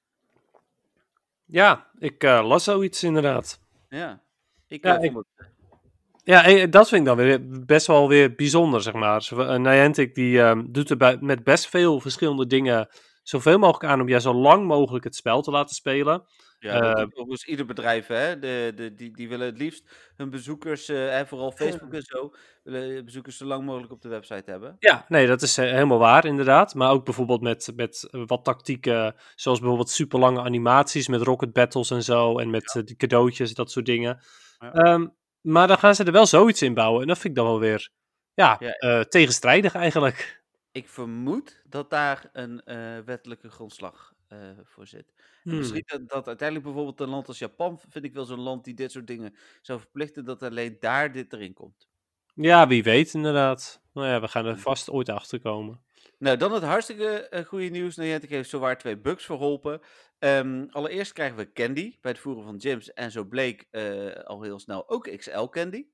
Ja, ik las zoiets inderdaad. Ja, ik Ja, vond het... Ja, dat vind ik dan weer best wel weer bijzonder, zeg maar. Niantic die doet er met best veel verschillende dingen zoveel mogelijk aan om zo lang mogelijk het spel te laten spelen. Ja, dat doet overigens ieder bedrijf, hè. Die willen het liefst hun bezoekers, vooral Facebook en zo, willen bezoekers zo lang mogelijk op de website hebben. Ja, nee, dat is helemaal waar, inderdaad. Maar ook bijvoorbeeld met wat tactieken, zoals bijvoorbeeld super lange animaties met rocket battles en zo, en met die cadeautjes, dat soort dingen. Ja. Maar dan gaan ze er wel zoiets in bouwen. En dat vind ik dan wel weer, tegenstrijdig eigenlijk. Ik vermoed dat daar een wettelijke grondslag voor zit. En misschien dat uiteindelijk bijvoorbeeld een land als Japan, vind ik wel zo'n land die dit soort dingen zou verplichten, dat alleen daar dit erin komt. Ja, wie weet inderdaad. Nou ja, we gaan er vast ooit achter komen. Nou, dan het hartstikke goede nieuws. Niantic heeft zowaar 2 bugs verholpen. Allereerst krijgen we Candy bij het voeren van gyms. En zo bleek al heel snel ook XL Candy.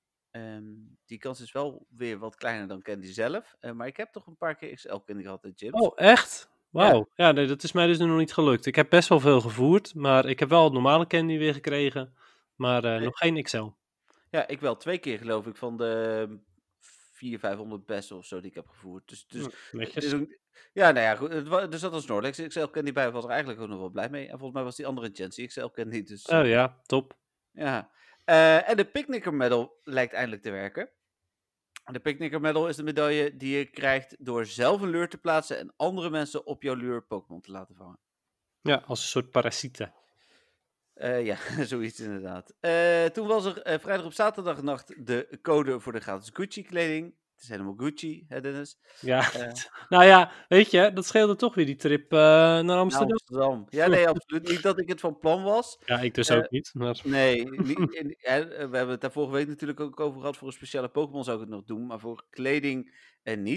Die kans is wel weer wat kleiner dan Candy zelf. Maar ik heb toch een paar keer XL Candy gehad in gyms. Oh, echt? Wauw. Ja, nee, dat is mij dus nog niet gelukt. Ik heb best wel veel gevoerd, maar ik heb wel het normale Candy weer gekregen. Maar nog geen XL. Ja, ik wel 2 keer geloof ik van de 400-500 beste of zo die ik heb gevoerd. Dus netjes. Ja, nou ja, goed. Er zat een Snorlax XL Candy bij, was er eigenlijk ook nog wel blij mee. En volgens mij was die andere Chansey XL Candy. Dus, Oh ja, top. Ja. En de Picnicker Medal lijkt eindelijk te werken. De Picnicker Medal is de medaille die je krijgt door zelf een lure te plaatsen en andere mensen op jouw lure Pokémon te laten vangen. Ja, als een soort parasieten. Ja, zoiets inderdaad. Toen was er vrijdag op zaterdagnacht de code voor de gratis Gucci-kleding. Het is helemaal Gucci, hè Dennis? Ja, nou ja, weet je, dat scheelde toch weer die trip naar Amsterdam. Amsterdam. Ja, nee, absoluut niet dat ik het van plan was. Ja, ik dus ook niet. Maar... Nee, we hebben het daar vorige week natuurlijk ook over gehad. Voor een speciale Pokémon zou ik het nog doen, maar voor kleding niet.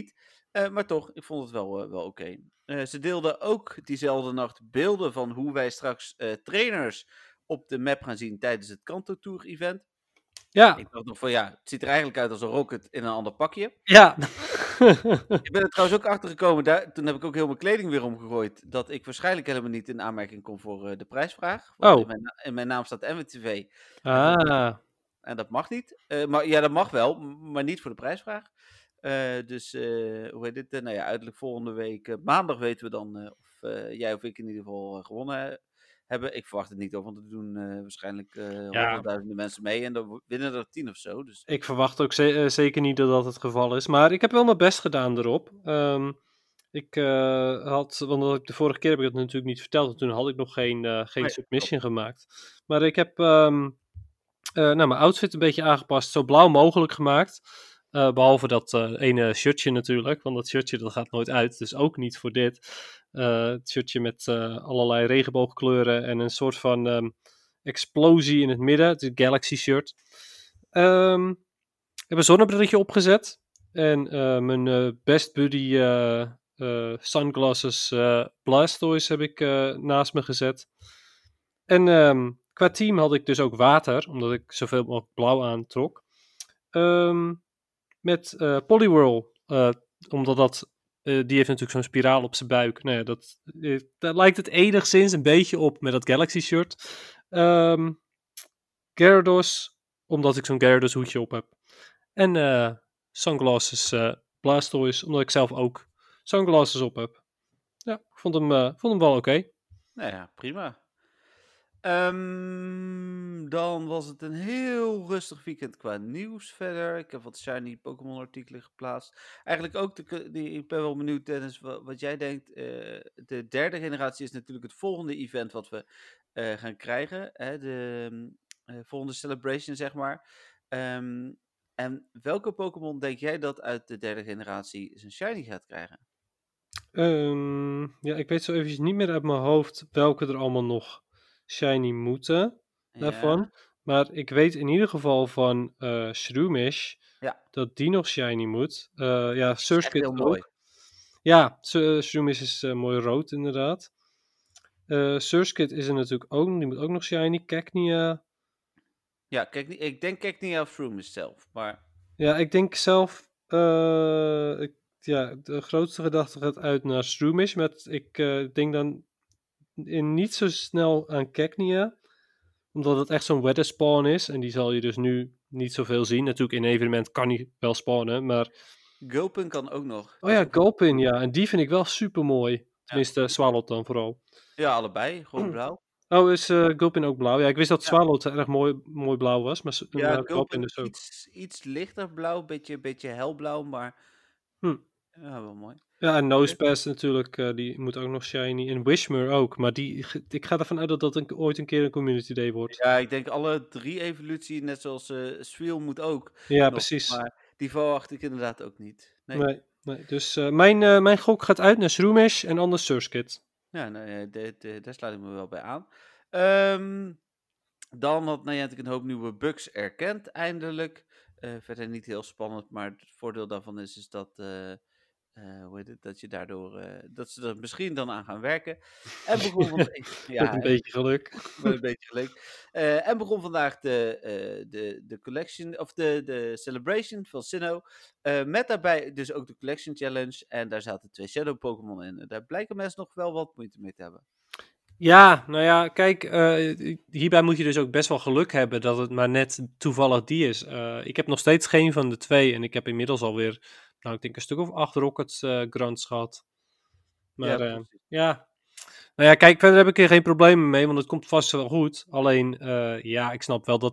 Maar toch, ik vond het wel oké. Ze deelden ook diezelfde nacht beelden van hoe wij straks trainers op de map gaan zien tijdens het Kanto Tour event. Ja, Ik dacht nog van ja, het ziet er eigenlijk uit als een rocket in een ander pakje. ja. Ik ben er trouwens ook achter gekomen, toen heb ik ook heel mijn kleding weer omgegooid, dat ik waarschijnlijk helemaal niet in aanmerking kom voor de prijsvraag. Want Oh, in mijn naam staat MWTV ah. en dat mag niet. Maar ja, dat mag wel, maar niet voor de prijsvraag. Dus hoe heet dit? Nou ja, uiterlijk volgende week, maandag weten we dan of jij of ik in ieder geval gewonnen hebben. Ik verwacht het niet hoor, want er doen waarschijnlijk Ja, honderdduizenden mensen mee en dan winnen er 10 of zo. Dus ik verwacht ook zeker niet dat dat het geval is. Maar ik heb wel mijn best gedaan erop. Ik want de vorige keer heb ik het natuurlijk niet verteld. En toen had ik nog geen nee, submission gemaakt. Maar ik heb mijn outfit een beetje aangepast. Zo blauw mogelijk gemaakt. Behalve dat ene shirtje natuurlijk. Want dat shirtje dat gaat nooit uit. Dus ook niet voor dit. Het shirtje met allerlei regenboogkleuren. En een soort van explosie in het midden. Het is een Galaxy shirt. Ik heb een zonnebrilletje opgezet. En mijn best buddy sunglasses Blastoise heb ik naast me gezet. En qua team had ik dus ook water, omdat ik zoveel mogelijk blauw aantrok. Met Poliwhirl, omdat die heeft natuurlijk zo'n spiraal op zijn buik. Nou ja, daar lijkt het enigszins een beetje op met dat Galaxy shirt. Gyarados, omdat ik zo'n Gyarados hoedje op heb. En sunglasses Blastoise, omdat ik zelf ook sunglasses op heb. Ja, ik vond hem wel oké. nou ja, prima. Dan was het een heel rustig weekend qua nieuws verder. Ik heb wat shiny Pokémon artikelen geplaatst. Eigenlijk ook, ik ben wel benieuwd Dennis, wat jij denkt. De derde generatie is natuurlijk het volgende event wat we gaan krijgen. Hè, de volgende celebration zeg maar. En welke Pokémon denk jij dat uit de derde generatie zijn shiny gaat krijgen? Ja, ik weet zo eventjes niet meer uit mijn hoofd welke er allemaal nog shiny moeten daarvan. Ja, Maar ik weet in ieder geval van Shroomish ja, dat die nog shiny moet. Ja, dat is echt heel Surskit mooi. ook. Ja, Shroomish is mooi rood inderdaad. Surskit is er natuurlijk ook, die moet ook nog shiny. Cacnea. Ja, kijk, ik denk Cacnea of Shroomish zelf, maar... Ja, ik denk zelf, ja, de grootste gedachte gaat uit naar Shroomish, maar ik denk dan niet zo snel aan Cacnea, omdat het echt zo'n weather spawn is, en die zal je dus nu niet zoveel zien. Natuurlijk in een evenement kan hij wel spawnen, maar... Gulpin kan ook nog. Oh Die is ja, ook nog Gulpin, ja, en die vind ik wel super mooi. ja. Tenminste, Swalot dan vooral. Ja, allebei. Gewoon blauw. Oh, is Gulpin ook blauw? Ja, ik wist dat Ja, Swalot erg mooi blauw was, ja maar Gulpin Gulpin dus ook. iets lichter blauw. Beetje helblauw, maar Hm. ja, wel mooi. Ja, en Oké. Nosepass natuurlijk, die moet ook nog shiny. En Wishmer ook, maar ik ga ervan uit dat dat ooit een keer een Community Day wordt. Ja, ik denk alle 3 evolutie, net zoals Sweel moet ook Ja, nog. precies. Maar die verwacht ik inderdaad ook niet. Nee. Nee. Dus mijn gok gaat uit naar Shroomish en anders Surskit. Ja, nou, daar sluit ik me wel bij aan. Ehm, Dan had Niantic een hoop nieuwe bugs erkend, eindelijk. Verder niet heel spannend, maar het voordeel daarvan is dat, hoe heet het, dat je daardoor, dat ze er misschien dan aan gaan werken. En begon vandaag, Met ja, een hè, beetje geluk. met een beetje geluk. En begon vandaag de collection, of de celebration van Sinnoh. Met daarbij dus ook de collection challenge. En daar zaten 2 shadow Pokémon in. Daar blijken mensen nog wel wat moeite mee te hebben. Ja, nou ja, kijk, hierbij moet je dus ook best wel geluk hebben dat het maar net toevallig die is. Ik heb nog steeds geen van de 2 en ik heb inmiddels alweer, nou ik denk een stuk of 8 Rockets grants gehad. Ja, Maar precies. ja, nou ja, kijk, verder heb ik er geen problemen mee, want het komt vast wel goed. Alleen, ja, ik snap wel dat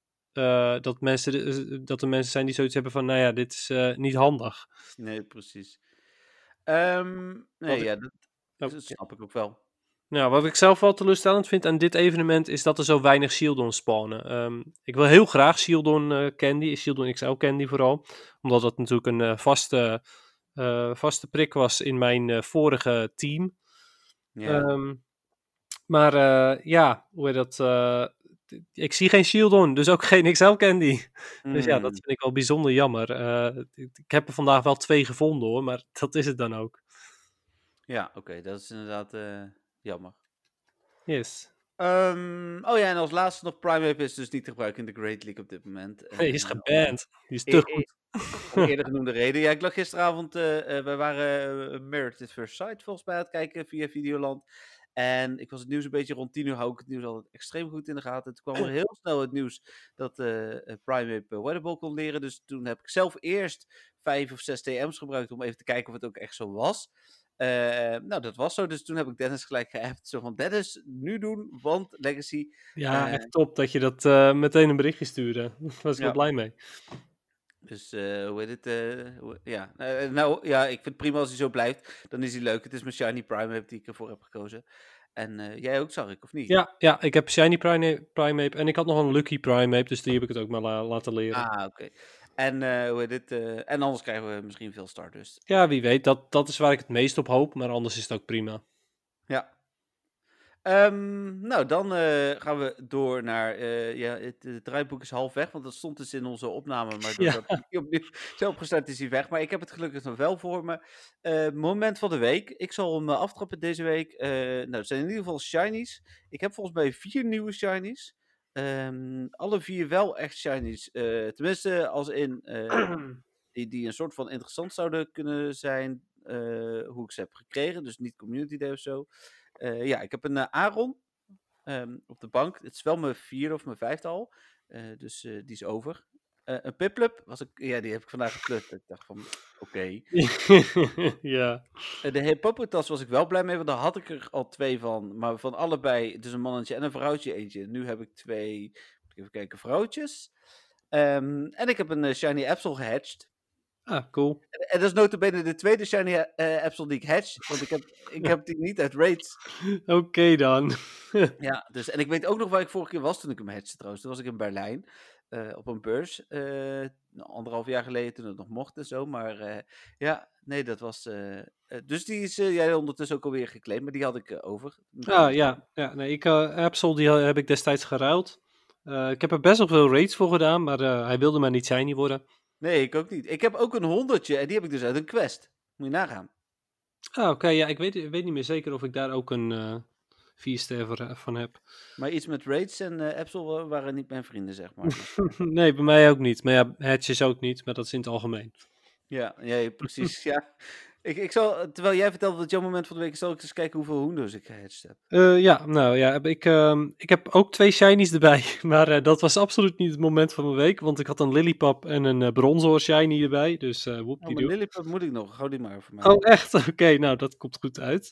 dat er mensen zijn die zoiets hebben van, nou ja, dit is niet handig. Nee, precies. Wat Nee, ik, ja, oh, dat ja. snap ik ook wel. Nou, wat ik zelf wel teleurstellend vind aan dit evenement is dat er zo weinig Shieldon spawnen. Ik wil heel graag Shieldon Candy, Shieldon XL Candy vooral. Omdat dat natuurlijk een vaste prik was in mijn vorige team. Ja. Ehm, maar ja, hoe heet dat? ik zie geen Shieldon, dus ook geen XL Candy. Dus ja, dat Hmm. vind ik wel bijzonder jammer. Ik heb er vandaag wel 2 gevonden hoor, maar dat is het dan ook. Ja, oké, dat is inderdaad jammer. Yes. Oh ja, en als laatste nog Primeape is dus niet te gebruiken in de Great League op dit moment. Hij is geband. Die is te goed. Om eerder genoemde reden. Ja, ik lag gisteravond, we waren Married at First Sight volgens mij aan het kijken via Videoland. En ik was het nieuws een beetje rond 10 uur, hou ik het nieuws altijd extreem goed in de gaten. Toen kwam er heel snel het nieuws dat Primeape Weatherball kon leren. Dus toen heb ik zelf eerst 5 of 6 TM's gebruikt om even te kijken of het ook echt zo was. Nou, dat was zo. Dus toen heb ik Dennis gelijk geappt. Zo van, Dennis, nu doen, want Legacy... Ja, echt top dat je dat meteen een berichtje stuurde. Daar was ik wel blij mee. Dus hoe heet het? Ja. Nou ja, ik vind het prima als hij zo blijft. Dan is hij leuk. Het is mijn Shiny Primeape die ik ervoor heb gekozen. En jij ook, zag ik, of niet? Ja, ik heb Shiny Primeape en ik had nog een Lucky Primeape, dus die heb ik het ook maar laten leren. Ah, oké. En hoe heet het? En anders krijgen we misschien veel Stardust. Ja, wie weet. Dat is waar ik het meest op hoop, maar anders is het ook prima. Ja. Nou, dan gaan we door naar... ja, het draaiboek is half weg, want dat stond dus in onze opname. Maar doordat ik die opnieuw zo opgestart is hij weg. Maar ik heb het gelukkig nog wel voor me. Moment van de week. Ik zal hem aftrappen deze week. Nou, het zijn in ieder geval shinies. Ik heb volgens mij 4 nieuwe shinies. Alle 4 wel echt shinies. Tenminste, als in... die een soort van interessant zouden kunnen zijn. Hoe ik ze heb gekregen. Dus niet Community Day of zo. Ja, ik heb een Aaron op de bank. Het is wel mijn 4e of mijn 5e al. Dus die is over. Een Piplup, ja, die heb ik vandaag geplukt. Ik dacht van, oké. Ja. De Hippopotas was ik wel blij mee, want daar had ik er al 2 van. Maar van allebei, dus een mannetje en een vrouwtje eentje. Nu heb ik 2, moet ik even kijken, vrouwtjes. En ik heb een Shiny Absol gehatcht. Ah, cool. En dat is nota bene de tweede Shiny Absol die ik hatch. Want ik heb die niet uit raids. Oké dan. Ja, dus, en ik weet ook nog waar ik vorige keer was toen ik hem hatchte trouwens. Toen was ik in Berlijn op een beurs. 1,5 jaar geleden toen het nog mocht en zo. Maar ja, nee, dat was... dus die is jij ondertussen ook alweer geclaimd, maar die had ik over. Ja, nee, Absol die heb ik destijds geruild. Ik heb er best wel veel raids voor gedaan, maar hij wilde maar niet shiny worden. Nee, ik ook niet. Ik heb ook een 100'tje en die heb ik dus uit een quest. Moet je nagaan. Ah, oké, ja, ik weet niet meer zeker of ik daar ook een 4-ster van heb. Maar iets met raids en Absol waren niet mijn vrienden, zeg maar. Dus, Nee, bij mij ook niet. Maar ja, hatches ook niet, maar dat is in het algemeen. ja, precies. Ja. Ik zal, terwijl jij vertelt dat het jouw moment van de week is, zal ik eens kijken hoeveel hoendo's ik gehatcht heb. Ja, nou ja, ik heb ook 2 shinies erbij. Maar dat was absoluut niet het moment van mijn week. Want ik had een Lillipup en een Bronzor shiny erbij. Dus Oh, whoop-die-doo. maar Lilliput moet ik nog. Hou die maar voor mij. Oh, echt? Oké, nou, dat komt goed uit.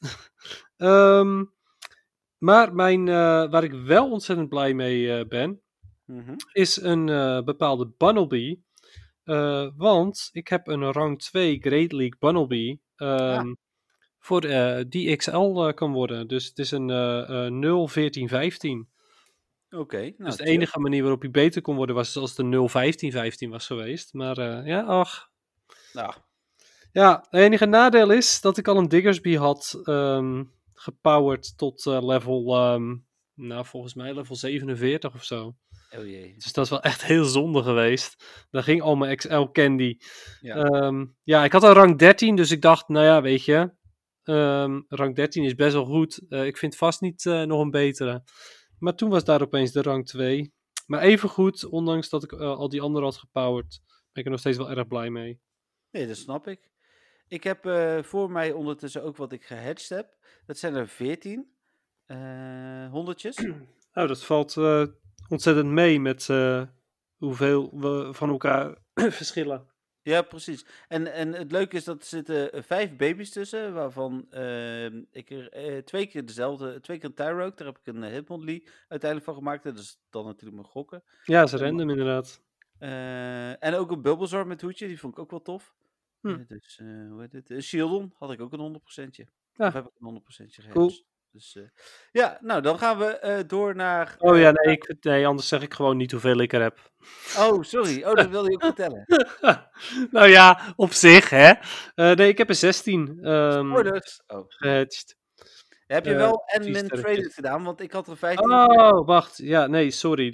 Maar waar ik wel ontzettend blij mee ben, is een bepaalde Bunnelby. Want ik heb een rang 2 Great League Bunnelby. Voor die XL kan worden. Dus het is een 0-14-15. Oké, nou, Dus de chill. enige manier waarop hij beter kon worden was als het een 0-15-15 was geweest. Maar ja, ach. Nou, Ja, het enige nadeel is dat ik al een Diggersby had gepowered tot level, nou volgens mij level 47 of zo. oh jee. Dus dat is wel echt heel zonde geweest. Daar ging al mijn XL Candy. Ja. Ja, ik had al rang 13, dus ik dacht, nou ja, weet je, rang 13 is best wel goed. Ik vind vast niet nog een betere. Maar toen was daar opeens de rang 2. Maar even goed, ondanks dat ik al die andere had gepowered, ben ik er nog steeds wel erg blij mee. Nee, dat snap ik. Ik heb voor mij ondertussen ook wat ik gehatcht heb. Dat zijn er 14. 100'tjes. Nou, dat valt ontzettend mee met hoeveel we van elkaar verschillen. Ja, precies. En het leuke is dat er zitten 5 baby's tussen, waarvan ik er 2 keer dezelfde, 2 keer een Tyrogue, daar heb ik een Hitmonlee uiteindelijk van gemaakt. Dat is dan natuurlijk mijn gokken. Ja, ze random inderdaad. En ook een Bulbasaur met hoedje, die vond ik ook wel tof. Hm. Dus, hoe heet het? Shieldon had ik ook een 100%'tje. Ja. Of heb ik een 100%'tje gehatcht. Cool. Dus, ja, nou dan gaan we door naar... Oh ja, nee, anders zeg ik gewoon niet hoeveel ik er heb. Oh, sorry. Oh, dat wilde je ook vertellen. Nou ja, op zich, hè. Nee, ik heb er 16 Spoilers. Oh. gehatcht. Heb je wel Vier en sterretjes. traded gedaan? Want ik had er 15 Oh, wacht. Ja, nee, sorry.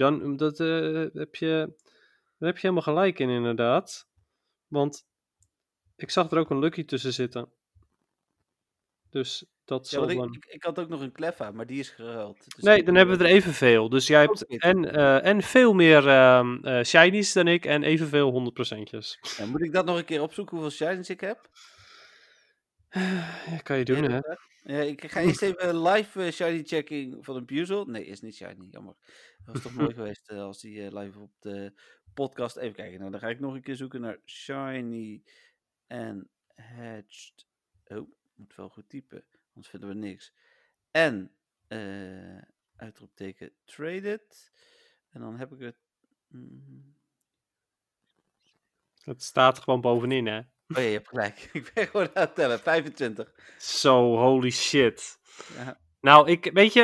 Daar heb je helemaal gelijk in, inderdaad. Want ik zag er ook een Lucky tussen zitten. Dus dat Ja, want zal dan... ik had ook nog een Cleffa, maar die is geruild. Dus Nee, die dan hebben we er evenveel. Dus jij hebt Oké. en veel meer shinies dan ik en evenveel 100%'jes. Ja, moet ik dat nog een keer opzoeken hoeveel shinies ik heb? Ja, kan je doen, Eerlijk hè? gezegd. Ja, ik ga eerst even live shiny checking van een Buzel. Nee, is niet shiny, jammer. Dat was toch mooi geweest als die live op de podcast... Even kijken, nou, dan ga ik nog een keer zoeken naar shiny en hatched. Oh, moet wel goed typen, anders vinden we niks. En uitroepteken traded. En dan heb ik het... Het staat gewoon bovenin, hè? Oh ja, je hebt gelijk. Ik ben gewoon aan het tellen. 25. Zo, holy shit. Ja. Nou,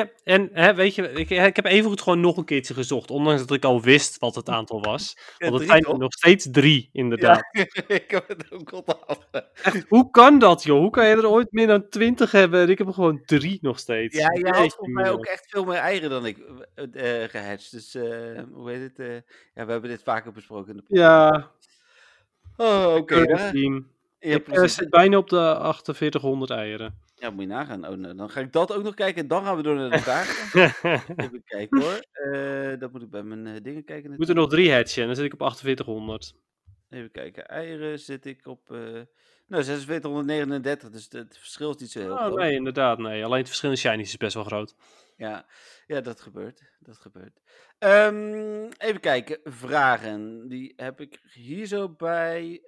ik heb evengoed gewoon nog een keertje gezocht, ondanks dat ik al wist wat het aantal was. Ja, Want het 3 zijn toch? er nog steeds 3, Ja, inderdaad. ik heb het ook onthouden. Echt, hoe kan dat, joh? Hoe kan je er ooit meer dan 20 hebben en ik heb er gewoon 3 nog steeds? Ja, jij had Jeetje, volgens mij ook mina. echt veel meer eieren dan ik gehatcht. Dus hoe heet het? Ja, we hebben dit vaker besproken in de podcast. Ja, Oh, oké. current team. Ja, Ik precies. zit bijna op de 4800 eieren. Ja, moet je nagaan. Oh, nou, dan ga ik dat ook nog kijken en dan gaan we door naar de vragen. Even kijken hoor. Dat moet ik bij mijn dingen kijken We moeten nog natuurlijk. 3 hatchen en dan zit ik op 4800. Even kijken. Eieren zit ik op... nou, 4639. Dus het verschil is niet zo heel Oh groot. nee, inderdaad, nee. Alleen het verschil in shinies is best wel groot. Ja, ja, dat gebeurt. Dat gebeurt. Even kijken. Vragen. Die heb ik hier zo bij.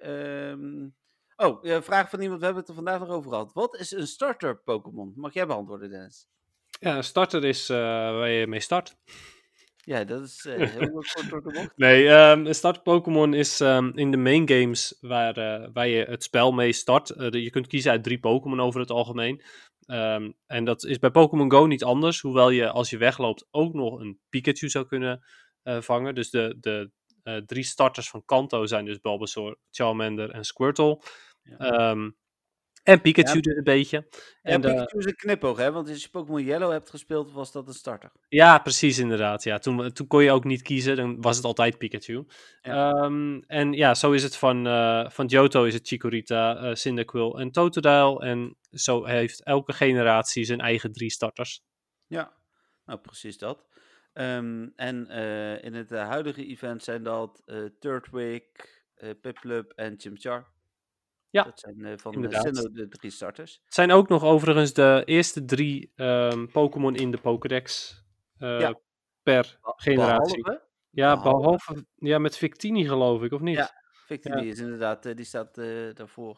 Oh, ja, vraag van iemand. We hebben het er vandaag nog over gehad. Wat is een starter Pokémon? Mag jij beantwoorden, Dennis? Ja, een starter is waar je mee start. Ja, dat is heel kort door de bocht. Nee, een starter Pokémon is in de main games waar je het spel mee start. Je kunt kiezen uit 3 Pokémon over het algemeen. En dat is bij Pokémon Go niet anders. Hoewel je als je wegloopt ook nog een Pikachu zou kunnen vangen. Dus de 3 starters van Kanto zijn dus Bulbasaur, Charmander en Squirtle. Ja. En Pikachu Ja, dus een beetje. ja, En Pikachu is een knipoog, hè? Want als je Pokémon Yellow hebt gespeeld, was dat een starter. ja, precies inderdaad. Ja, toen kon je ook niet kiezen, dan was het altijd Pikachu. Ja. En ja, zo is het van Johto is het Chikorita, Cyndaquil en Totodile. En zo heeft elke generatie zijn eigen 3 starters. Ja, nou precies dat. En in het huidige event zijn dat Turtwig, Piplup en Chimchar. Ja, Dat zijn van inderdaad. Sinnoh de 3 starters. Het zijn ook nog overigens de eerste 3 Pokémon in de Pokédex Ja, per generatie. behalve. Ja, behalve ja, met Victini geloof ik, of niet? Ja, Victini Ja. is inderdaad, die staat daarvoor.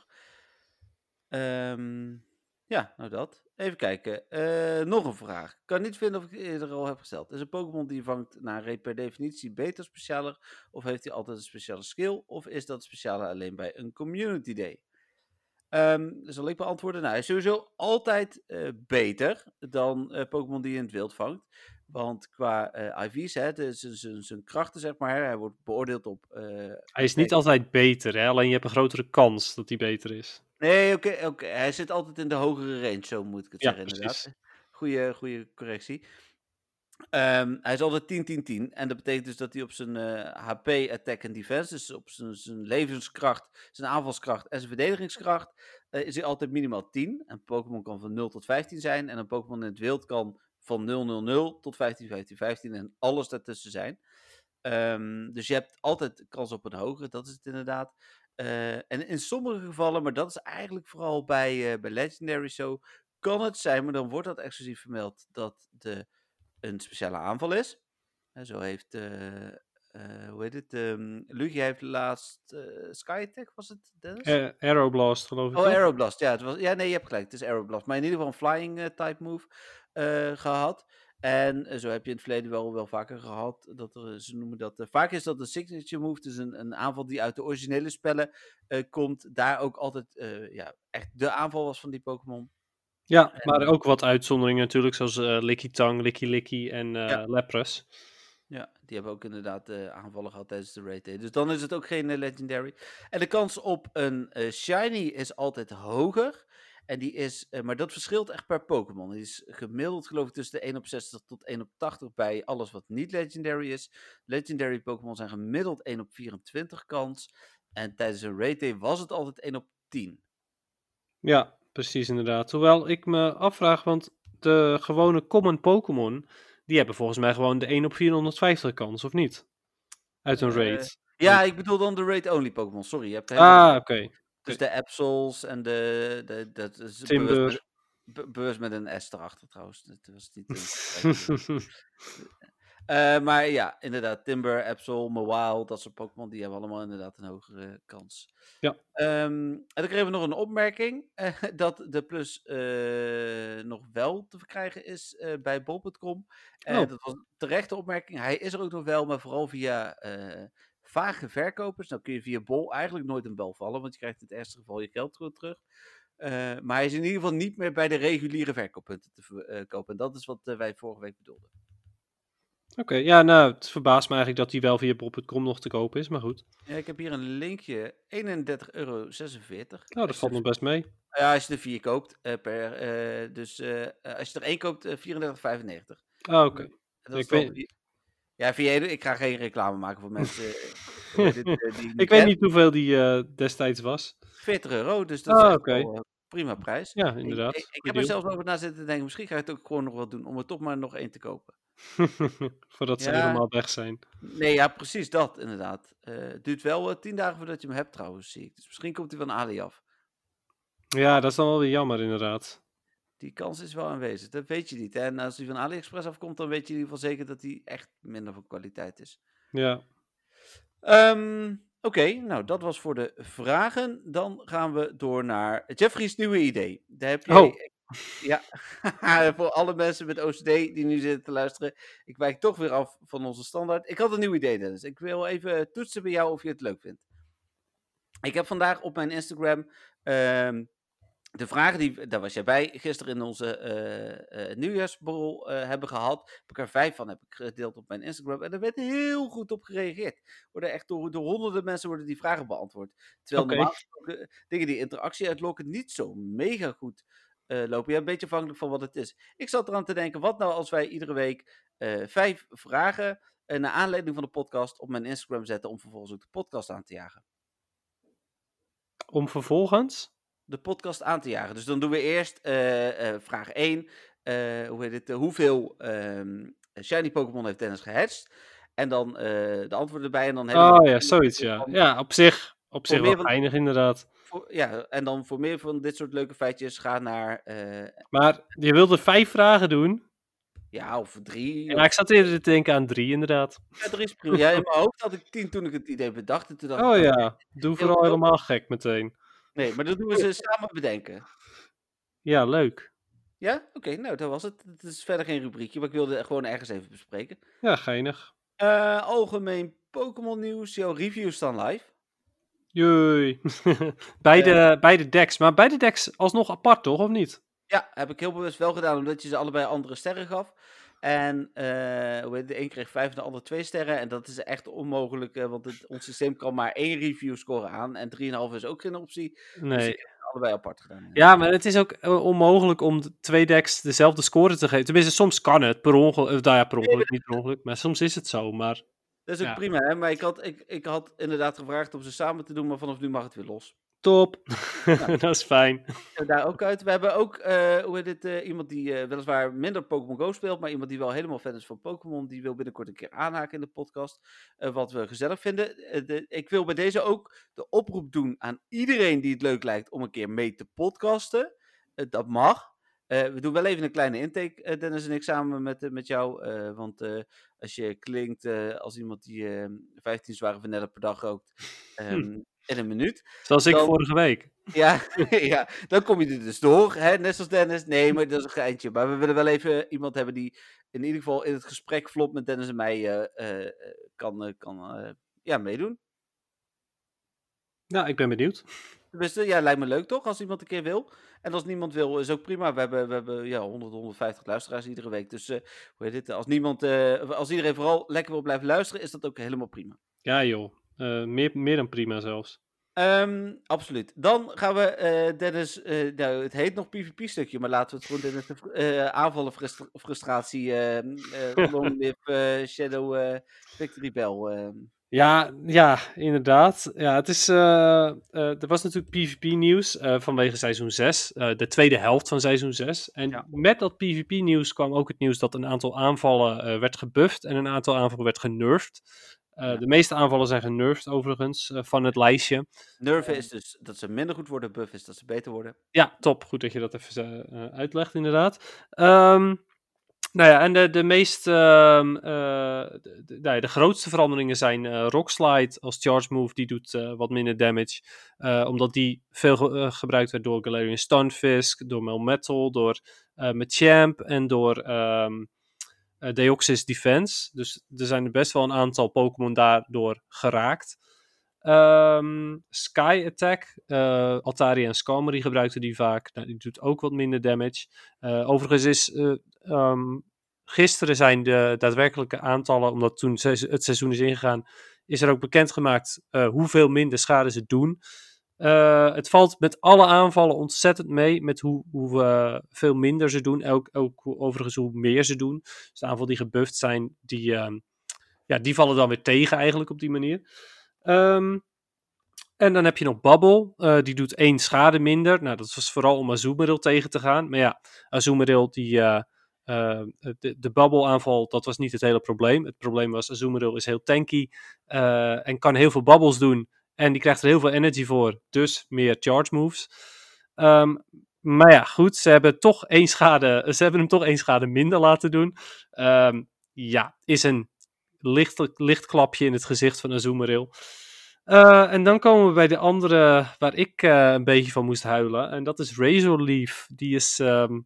Ja, nou dat. Even kijken. Nog een vraag. Ik kan niet vinden of ik het eerder al heb gesteld. Is een Pokémon die je vangt naar per definitie beter specialer? Of heeft hij altijd een speciale skill? Of is dat speciale alleen bij een community day? Zal ik beantwoorden? Nou, hij is sowieso altijd beter dan Pokémon die je in het wild vangt. Want qua IV's, hè, zijn krachten, zeg maar, hij wordt beoordeeld op... Hij is niet altijd beter, hè? Alleen je hebt een grotere kans dat hij beter is. Nee, oké. Hij zit altijd in de hogere range, zo moet ik het Ja, zeggen, precies. inderdaad. Goeie correctie. Hij is altijd 10-10-10. En dat betekent dus dat hij op zijn HP, attack en defense, dus op zijn levenskracht, zijn aanvalskracht en zijn verdedigingskracht, is hij altijd minimaal 10. Een Pokémon kan van 0 tot 15 zijn. En een Pokémon in het wild kan van 0-0-0 tot 15-15-15 en alles daartussen zijn. Dus je hebt altijd kans op een hogere, dat is het inderdaad. En in sommige gevallen, maar dat is eigenlijk vooral bij Legendary zo, kan het zijn, maar dan wordt dat exclusief vermeld, dat een speciale aanval is. Zo heeft, hoe heet het, Lugia heeft laatst Sky Attack, was het, Dennis? Aeroblast, geloof ik. Oh, Toch? Aeroblast, ja, ja, nee, je hebt gelijk, het is Aeroblast. Maar in ieder geval een flying type move gehad. En zo heb je in het verleden wel vaker gehad, dat er, ze noemen dat, vaak is dat een signature move, dus een aanval die uit de originele spellen komt, daar ook altijd, ja, echt de aanval was van die Pokémon. Ja, En, maar ook wat uitzonderingen natuurlijk, zoals Lickitung, Licky en ja, Lapras. ja, die hebben ook inderdaad aanvallen gehad tijdens de Raid Day. Dus dan is het ook geen Legendary. En de kans op een Shiny is altijd hoger. En die is, maar dat verschilt echt per Pokémon. Die is gemiddeld geloof ik tussen de 1 op 60 tot 1 op 80 bij alles wat niet Legendary is. Legendary Pokémon zijn gemiddeld 1 op 24 kans. En tijdens een Raid Day was het altijd 1 op 10. Ja, precies inderdaad. Hoewel ik me afvraag, want de gewone common Pokémon, die hebben volgens mij gewoon de 1 op 450 kans, of niet? Uit een raid. Ja, ik bedoel dan de Raid-only Pokémon. Sorry, je hebt helemaal Oké. Dus de Absols en dat is Timber. bewust met een S erachter trouwens. Dat was niet maar ja, inderdaad, Timber, Absol, Mawile, dat soort Pokémon, die hebben allemaal inderdaad een hogere kans. Ja. En dan kregen we nog een opmerking dat de plus nog wel te verkrijgen is bij bol.com. Dat was een terechte opmerking. Hij is er ook nog wel, maar vooral via vage verkopers. Nou kun je via bol eigenlijk nooit een bel vallen, want je krijgt in het eerste geval je geld gewoon terug. Maar hij is in ieder geval niet meer bij de reguliere verkooppunten te verkopen. En dat is wat wij vorige week bedoelden. Oké, ja, nou, het verbaast me eigenlijk dat die wel via bol.com nog te kopen is, maar goed. Ja, ik heb hier een linkje, €31,46. Nou, dat valt nog best mee. Ja, als je er 4 koopt dus als je er 1 koopt, €34,95. Oké. Dat is wel... Ja, ik ga geen reclame maken voor mensen die ik weet niet hoeveel die destijds was. €40, dus dat is echt wel prima prijs. Ja, inderdaad. Ik heb er zelfs over na zitten denken, misschien ga ik het ook gewoon nog wel doen, om er toch maar nog 1 te kopen. Voordat ze helemaal weg zijn. Nee, ja, precies dat, inderdaad. Het duurt wel 10 dagen voordat je hem hebt trouwens, zie ik. Dus misschien komt hij van Ali af. Ja, dat is dan wel weer jammer, inderdaad. Die kans is wel aanwezig, dat weet je niet. Hè? En als hij van AliExpress afkomt, dan weet je in ieder geval zeker dat hij echt minder van kwaliteit is. Ja. Oké, nou dat was voor de vragen. Dan gaan we door naar Jeffrey's nieuwe idee. Daar heb jij... Ja, voor alle mensen met OCD die nu zitten te luisteren. Ik wijk toch weer af van onze standaard. Ik had een nieuw idee, Dennis. Ik wil even toetsen bij jou of je het leuk vindt. Ik heb vandaag op mijn Instagram... de vragen, daar was jij bij, gisteren in onze nieuwjaarsborrel hebben gehad. Heb ik er 5 van heb ik gedeeld op mijn Instagram. En er werd heel goed op gereageerd. Worden echt door honderden mensen worden die vragen beantwoord. Terwijl normaal gesproken dingen die interactie uitlokken niet zo mega goed lopen. Ja, een beetje afhankelijk van wat het is. Ik zat eraan te denken, wat nou als wij iedere week 5 vragen naar aanleiding van de podcast op mijn Instagram zetten om vervolgens ook de podcast aan te jagen. Om vervolgens? De podcast aan te jagen. Dus dan doen we eerst vraag 1. Hoeveel shiny Pokémon heeft Dennis gehatcht? En dan de antwoorden erbij. En dan ja, zoiets, ja. Ja, op zich wel geinig, inderdaad. En dan voor meer van dit soort leuke feitjes ga naar... Maar je wilde 5 vragen doen? Ja, of 3. Ja, ik zat eerder te denken aan 3, inderdaad. Ja, 3 is prima. Ja, in mijn hoofd had ik 10 toen ik het idee bedacht. En toen dacht ja, doe vooral helemaal gek meteen. Nee, maar dat doen we ze samen bedenken. Ja, leuk. Ja? Oké, nou, dat was het. Het is verder geen rubriekje, maar ik wilde gewoon ergens even bespreken. Ja, geinig. Algemeen Pokémon nieuws. Jouw reviews staan live. Jee. Beide decks. Maar beide decks alsnog apart, toch? Of niet? Ja, heb ik heel bewust wel gedaan, omdat je ze allebei andere sterren gaf. En de een kreeg 5 en de ander 2 sterren. En dat is echt onmogelijk, want ons systeem kan maar 1 review scoren aan. En 3,5 is ook geen optie. Nee. Dus ik heb het allebei apart gedaan. Ja, maar het is ook onmogelijk om 2 decks dezelfde score te geven. Tenminste, soms kan het, per ongeluk, niet per ongeluk. Maar soms is het zo, maar... Dat is ook prima, hè. Maar ik had inderdaad gevraagd om ze samen te doen, maar vanaf nu mag het weer los. Top. Dat is fijn. Daar ook uit. We hebben ook, iemand die weliswaar minder Pokémon Go speelt, maar iemand die wel helemaal fan is van Pokémon, die wil binnenkort een keer aanhaken in de podcast, wat we gezellig vinden. Ik wil bij deze ook de oproep doen aan iedereen die het leuk lijkt om een keer mee te podcasten. Dat mag. We doen wel even een kleine intake, Dennis en ik, samen met jou. Want als je klinkt als iemand die 15 zware vanille per dag rookt in een minuut. Zoals ik vorige week. Ja, ja, dan kom je er dus door, hè? Net zoals Dennis. Nee, maar dat is een geintje. Maar we willen wel even iemand hebben die in ieder geval in het gesprek vlot met Dennis en mij kan meedoen. Ja, ik ben benieuwd. Dus ja, lijkt me leuk toch, als iemand een keer wil. En als niemand wil, is ook prima. We hebben 100, 150 luisteraars iedere week. Dus als iedereen vooral lekker wil blijven luisteren, is dat ook helemaal prima. Ja joh, meer dan prima zelfs. Absoluut. Dan gaan we, Dennis, nou, het heet nog PvP-stukje, maar laten we het gewoon Dennis aanvallen frustratie, long live Shadow Victory Bell. Ja, inderdaad. Ja, het is, er was natuurlijk PvP-nieuws vanwege seizoen 6, de tweede helft van seizoen 6. En Ja. met dat PvP-nieuws kwam ook het nieuws dat een aantal aanvallen werd gebufft en een aantal aanvallen werd genervd. Ja. De meeste aanvallen zijn genervd overigens van het lijstje. Nerven is dus dat ze minder goed worden, buff is dat ze beter worden. Ja, top. Goed dat je dat even uitlegt, inderdaad. Nou ja, en de meest, de grootste veranderingen zijn Rockslide als charge move, die doet wat minder damage. Omdat die veel gebruikt werd door Galarian Stunfisk, door Melmetal, door Machamp en door Deoxys Defense. Dus er zijn er best wel een aantal Pokémon daardoor geraakt. Sky Attack, Altaria en Skarmory gebruikten die vaak. Nou, die doet ook wat minder damage. Overigens is gisteren zijn de daadwerkelijke aantallen, omdat toen het seizoen is ingegaan, is er ook bekendgemaakt hoeveel minder schade ze doen. Het valt met alle aanvallen ontzettend mee met hoe veel minder ze doen. Ook overigens hoe meer ze doen. Dus de aanvallen die gebufft zijn, die vallen dan weer tegen eigenlijk op die manier. En dan heb je nog Bubble. Die doet 1 schade minder. Nou, dat was vooral om Azumarill tegen te gaan. Maar ja, Azumarill, de Bubble aanval, dat was niet het hele probleem. Het probleem was, Azumarill is heel tanky. En kan heel veel bubbles doen. En die krijgt er heel veel energy voor. Dus meer charge moves. Maar ja, goed. Ze hebben hem toch 1 schade minder laten doen. Is een licht klapje in het gezicht van Azumarill. En dan komen we bij de andere waar ik een beetje van moest huilen. En dat is Razor Leaf. Die is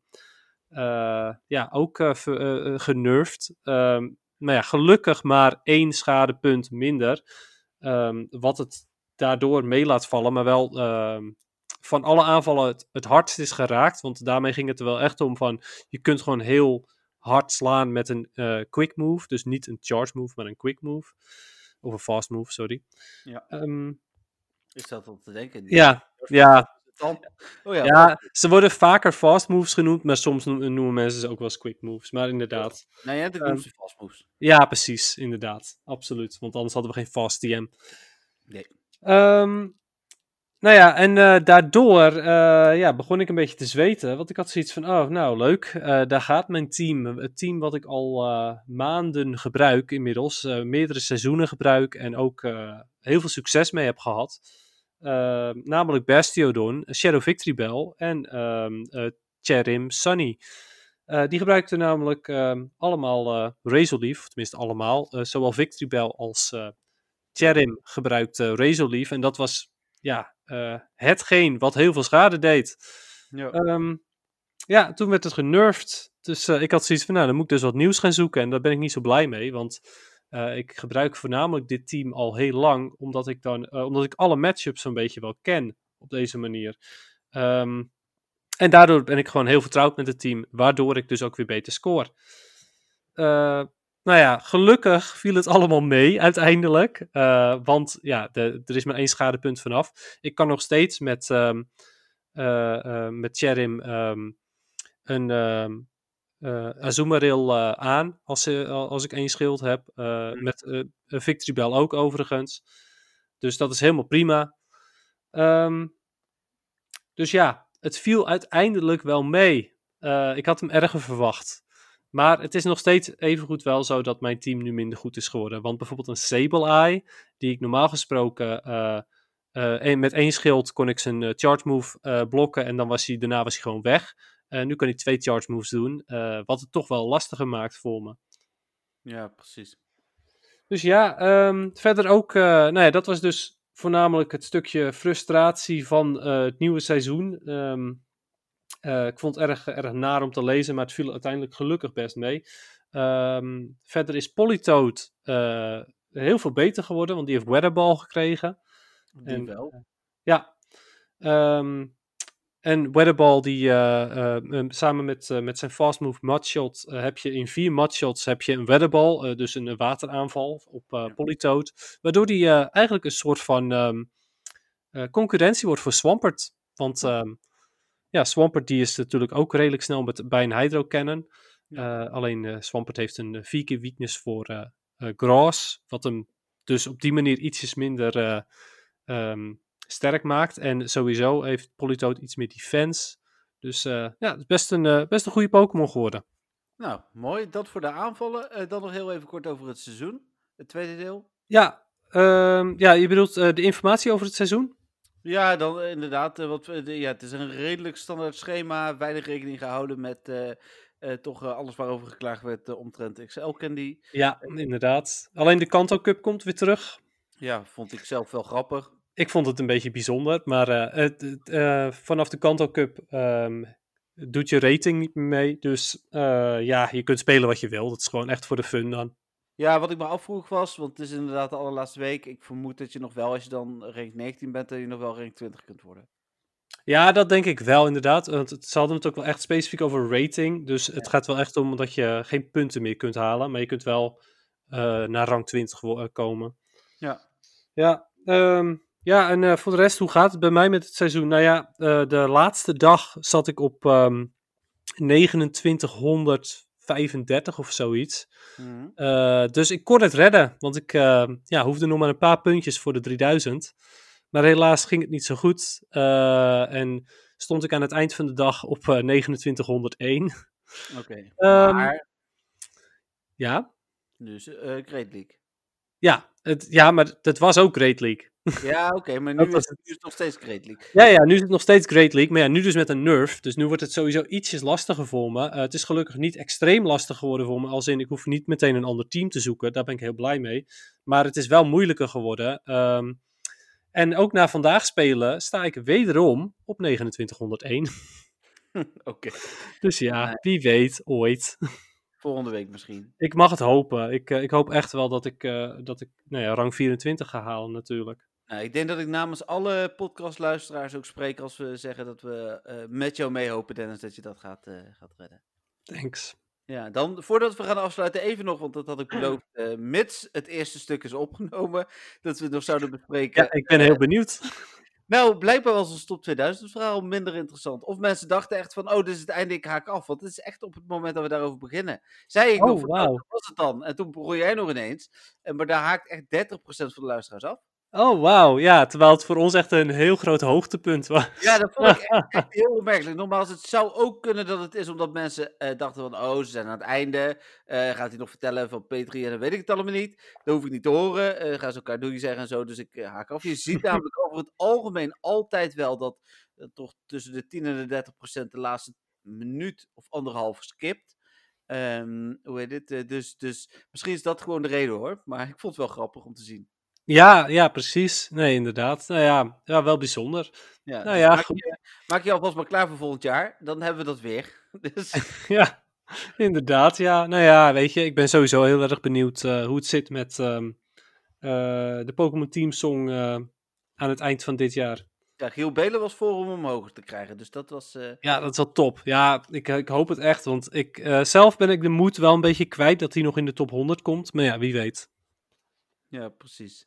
ook genervd. Maar ja, gelukkig maar 1 schadepunt minder. Wat het daardoor mee laat vallen. Maar wel van alle aanvallen het hardst is geraakt. Want daarmee ging het er wel echt om van, je kunt gewoon heel hard slaan met een quick move. Dus niet een charge move, maar een quick move. Of een fast move, sorry. Ja. Ik zat al te denken. Ja. Oh ja, ja, ze worden vaker fast moves genoemd, maar soms noemen mensen ze ook wel eens quick moves. Maar inderdaad. Nou ja, dit noemen ze fast moves. Ja, precies, inderdaad. Absoluut. Want anders hadden we geen fast TM. Nee. Nou ja, en daardoor begon ik een beetje te zweten. Want ik had zoiets van, oh, nou, leuk. Daar gaat mijn team. Het team wat ik al maanden gebruik inmiddels. Meerdere seizoenen gebruik. En ook heel veel succes mee heb gehad. Namelijk Bastiodon, Shadow Victory Bell en Cherim Sunny. Die gebruikten namelijk allemaal Razor Leaf. Tenminste allemaal. Zowel Victory Bell als Cherim gebruikte Razor Leaf. En dat was hetgeen wat heel veel schade deed. Toen werd het genervd. Dus ik had zoiets van, nou, dan moet ik dus wat nieuws gaan zoeken. En daar ben ik niet zo blij mee, want ik gebruik voornamelijk dit team al heel lang, omdat ik alle matchups zo'n beetje wel ken op deze manier. En daardoor ben ik gewoon heel vertrouwd met het team, waardoor ik dus ook weer beter score. Nou ja, gelukkig viel het allemaal mee uiteindelijk. Want ja, er is maar 1 schadepunt vanaf. Ik kan nog steeds met Cherim een Azumarill aan als ik 1 schild heb. Met Victory Bell ook overigens. Dus dat is helemaal prima. Dus ja, het viel uiteindelijk wel mee. Ik had hem erger verwacht. Maar het is nog steeds evengoed wel zo dat mijn team nu minder goed is geworden. Want bijvoorbeeld een Sableye, die ik normaal gesproken met 1 schild kon ik zijn charge move blokken en dan daarna was hij gewoon weg. Nu kan hij 2 charge moves doen, wat het toch wel lastiger maakt voor me. Ja, precies. Dus ja, verder ook, dat was dus voornamelijk het stukje frustratie van het nieuwe seizoen. Ik vond het erg naar om te lezen, maar het viel uiteindelijk gelukkig best mee. Verder is Politoed heel veel beter geworden, want die heeft Weatherball gekregen. Wel. Ja. En Weatherball, die samen met zijn fast move Mudshot, heb je in 4 Mudshots heb je een Weatherball, dus een wateraanval op Politoed. Waardoor die eigenlijk een soort van concurrentie wordt voor Swampert. Want Swampert die is natuurlijk ook redelijk snel bij een Hydro Cannon. Alleen Swampert heeft een 4 keer weakness voor Grass. Wat hem dus op die manier ietsjes minder sterk maakt. En sowieso heeft Politoed iets meer defense. Dus het is best een goede Pokémon geworden. Nou, mooi. Dat voor de aanvallen. Dan nog heel even kort over het seizoen. Het tweede deel. Ja, je bedoelt de informatie over het seizoen? Ja, dan inderdaad. Het is een redelijk standaard schema. Weinig rekening gehouden met toch alles waarover geklaagd werd omtrent XL Candy. Ja, inderdaad. Alleen de Kanto Cup komt weer terug. Ja, vond ik zelf wel grappig. Ik vond het een beetje bijzonder, maar vanaf de Kanto Cup doet je rating niet meer mee. Dus je kunt spelen wat je wil. Dat is gewoon echt voor de fun dan. Ja, wat ik me afvroeg was, want het is inderdaad de allerlaatste week. Ik vermoed dat je nog wel, als je dan rank 19 bent, dat je nog wel rank 20 kunt worden. Ja, dat denk ik wel inderdaad. Want ze hadden het ook wel echt specifiek over rating. Dus het gaat wel echt om dat je geen punten meer kunt halen. Maar je kunt wel naar rang 20 komen. Ja. Ja, en voor de rest, hoe gaat het bij mij met het seizoen? Nou ja, de laatste dag zat ik op 2935 of zoiets. Dus ik kon het redden, want ik hoefde nog maar een paar puntjes voor de 3000. Maar helaas ging het niet zo goed. En stond ik aan het eind van de dag op 2901. Oké. Maar... Ja? Dus Great League. Ja, maar dat was ook Great League. Ja, oké, maar nu is het nog steeds Great League. Ja, nu is het nog steeds Great League. Maar ja, nu dus met een nerf. Dus nu wordt het sowieso ietsjes lastiger voor me. Het is gelukkig niet extreem lastig geworden voor me. Als in, ik hoef niet meteen een ander team te zoeken. Daar ben ik heel blij mee. Maar het is wel moeilijker geworden. En ook na vandaag spelen sta ik wederom op 2901. Oké. Dus ja, wie weet, ooit. Volgende week misschien. Ik mag het hopen. Ik hoop echt wel dat ik rang 24 ga halen natuurlijk. Nou, ik denk dat ik namens alle podcastluisteraars ook spreek als we zeggen dat we met jou meehopen, Dennis, dat je dat gaat redden. Thanks. Ja, dan voordat we gaan afsluiten even nog, want dat had ik beloofd, mits het eerste stuk is opgenomen, dat we het nog zouden bespreken. Ja, ik ben heel benieuwd. Nou, blijkbaar was ons top 2000 verhaal minder interessant. Of mensen dachten echt van, dit is het einde, ik haak af. Want het is echt op het moment dat we daarover beginnen. Zei ik nog van, dat was het dan. En toen begon jij nog ineens. Maar daar haakt echt 30% van de luisteraars af. Oh, wauw. Ja, terwijl het voor ons echt een heel groot hoogtepunt was. Ja, dat vond ik echt heel opmerkelijk. Nogmaals, het zou ook kunnen dat het is omdat mensen dachten van, ze zijn aan het einde. Gaat hij nog vertellen van Petri en dan weet ik het allemaal niet. Dat hoef ik niet te horen. Gaan ze elkaar doei zeggen en zo. Dus ik haak af. Je ziet namelijk over het algemeen altijd wel dat toch tussen de 10 en de 30% de laatste minuut of anderhalf skipt. Hoe heet dit? Dus misschien is dat gewoon de reden hoor. Maar ik vond het wel grappig om te zien. Ja, precies. Nee, inderdaad. Nou ja, wel bijzonder. Ja, nou ja, maak je alvast maar klaar voor volgend jaar. Dan hebben we dat weer. Dus... ja, inderdaad. Ja, nou ja, weet je, ik ben sowieso heel erg benieuwd hoe het zit met de Pokémon Team Song aan het eind van dit jaar. Ja, Giel Belen was voor om omhoog te krijgen, dus dat was... Ja, dat is wel top. Ja, ik hoop het echt, want zelf ben ik de moed wel een beetje kwijt dat hij nog in de top 100 komt. Maar ja, wie weet. Ja, precies.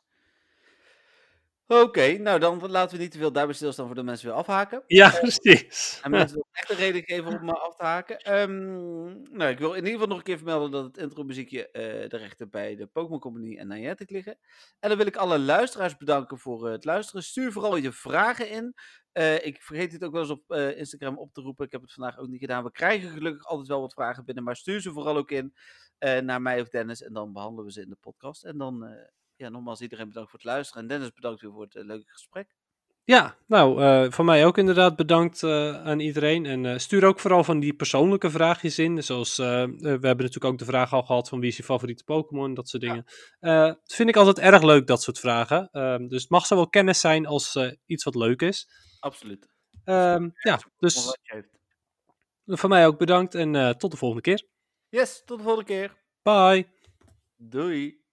Oké, nou dan laten we niet te veel daarbij stilstaan voor de mensen weer afhaken. Ja, precies. En mensen wil echt een reden geven om af te haken. Nou, ik wil in ieder geval nog een keer vermelden dat het intro-muziekje de rechten bij de Pokémon Company en Niantic liggen. En dan wil ik alle luisteraars bedanken voor het luisteren. Stuur vooral je vragen in. Ik vergeet dit ook wel eens op Instagram op te roepen. Ik heb het vandaag ook niet gedaan. We krijgen gelukkig altijd wel wat vragen binnen, maar stuur ze vooral ook in naar mij of Dennis. En dan behandelen we ze in de podcast. En dan... nogmaals iedereen bedankt voor het luisteren. En Dennis bedankt weer voor het leuke gesprek. Ja, nou, van mij ook inderdaad bedankt aan iedereen. En stuur ook vooral van die persoonlijke vraagjes in. Zoals, we hebben natuurlijk ook de vraag al gehad van wie is je favoriete Pokémon, dat soort dingen. Dat vind ik altijd erg leuk, dat soort vragen. Dus het mag zowel kennis zijn als iets wat leuk is. Absoluut. Dus van mij ook bedankt en tot de volgende keer. Yes, tot de volgende keer. Bye. Doei.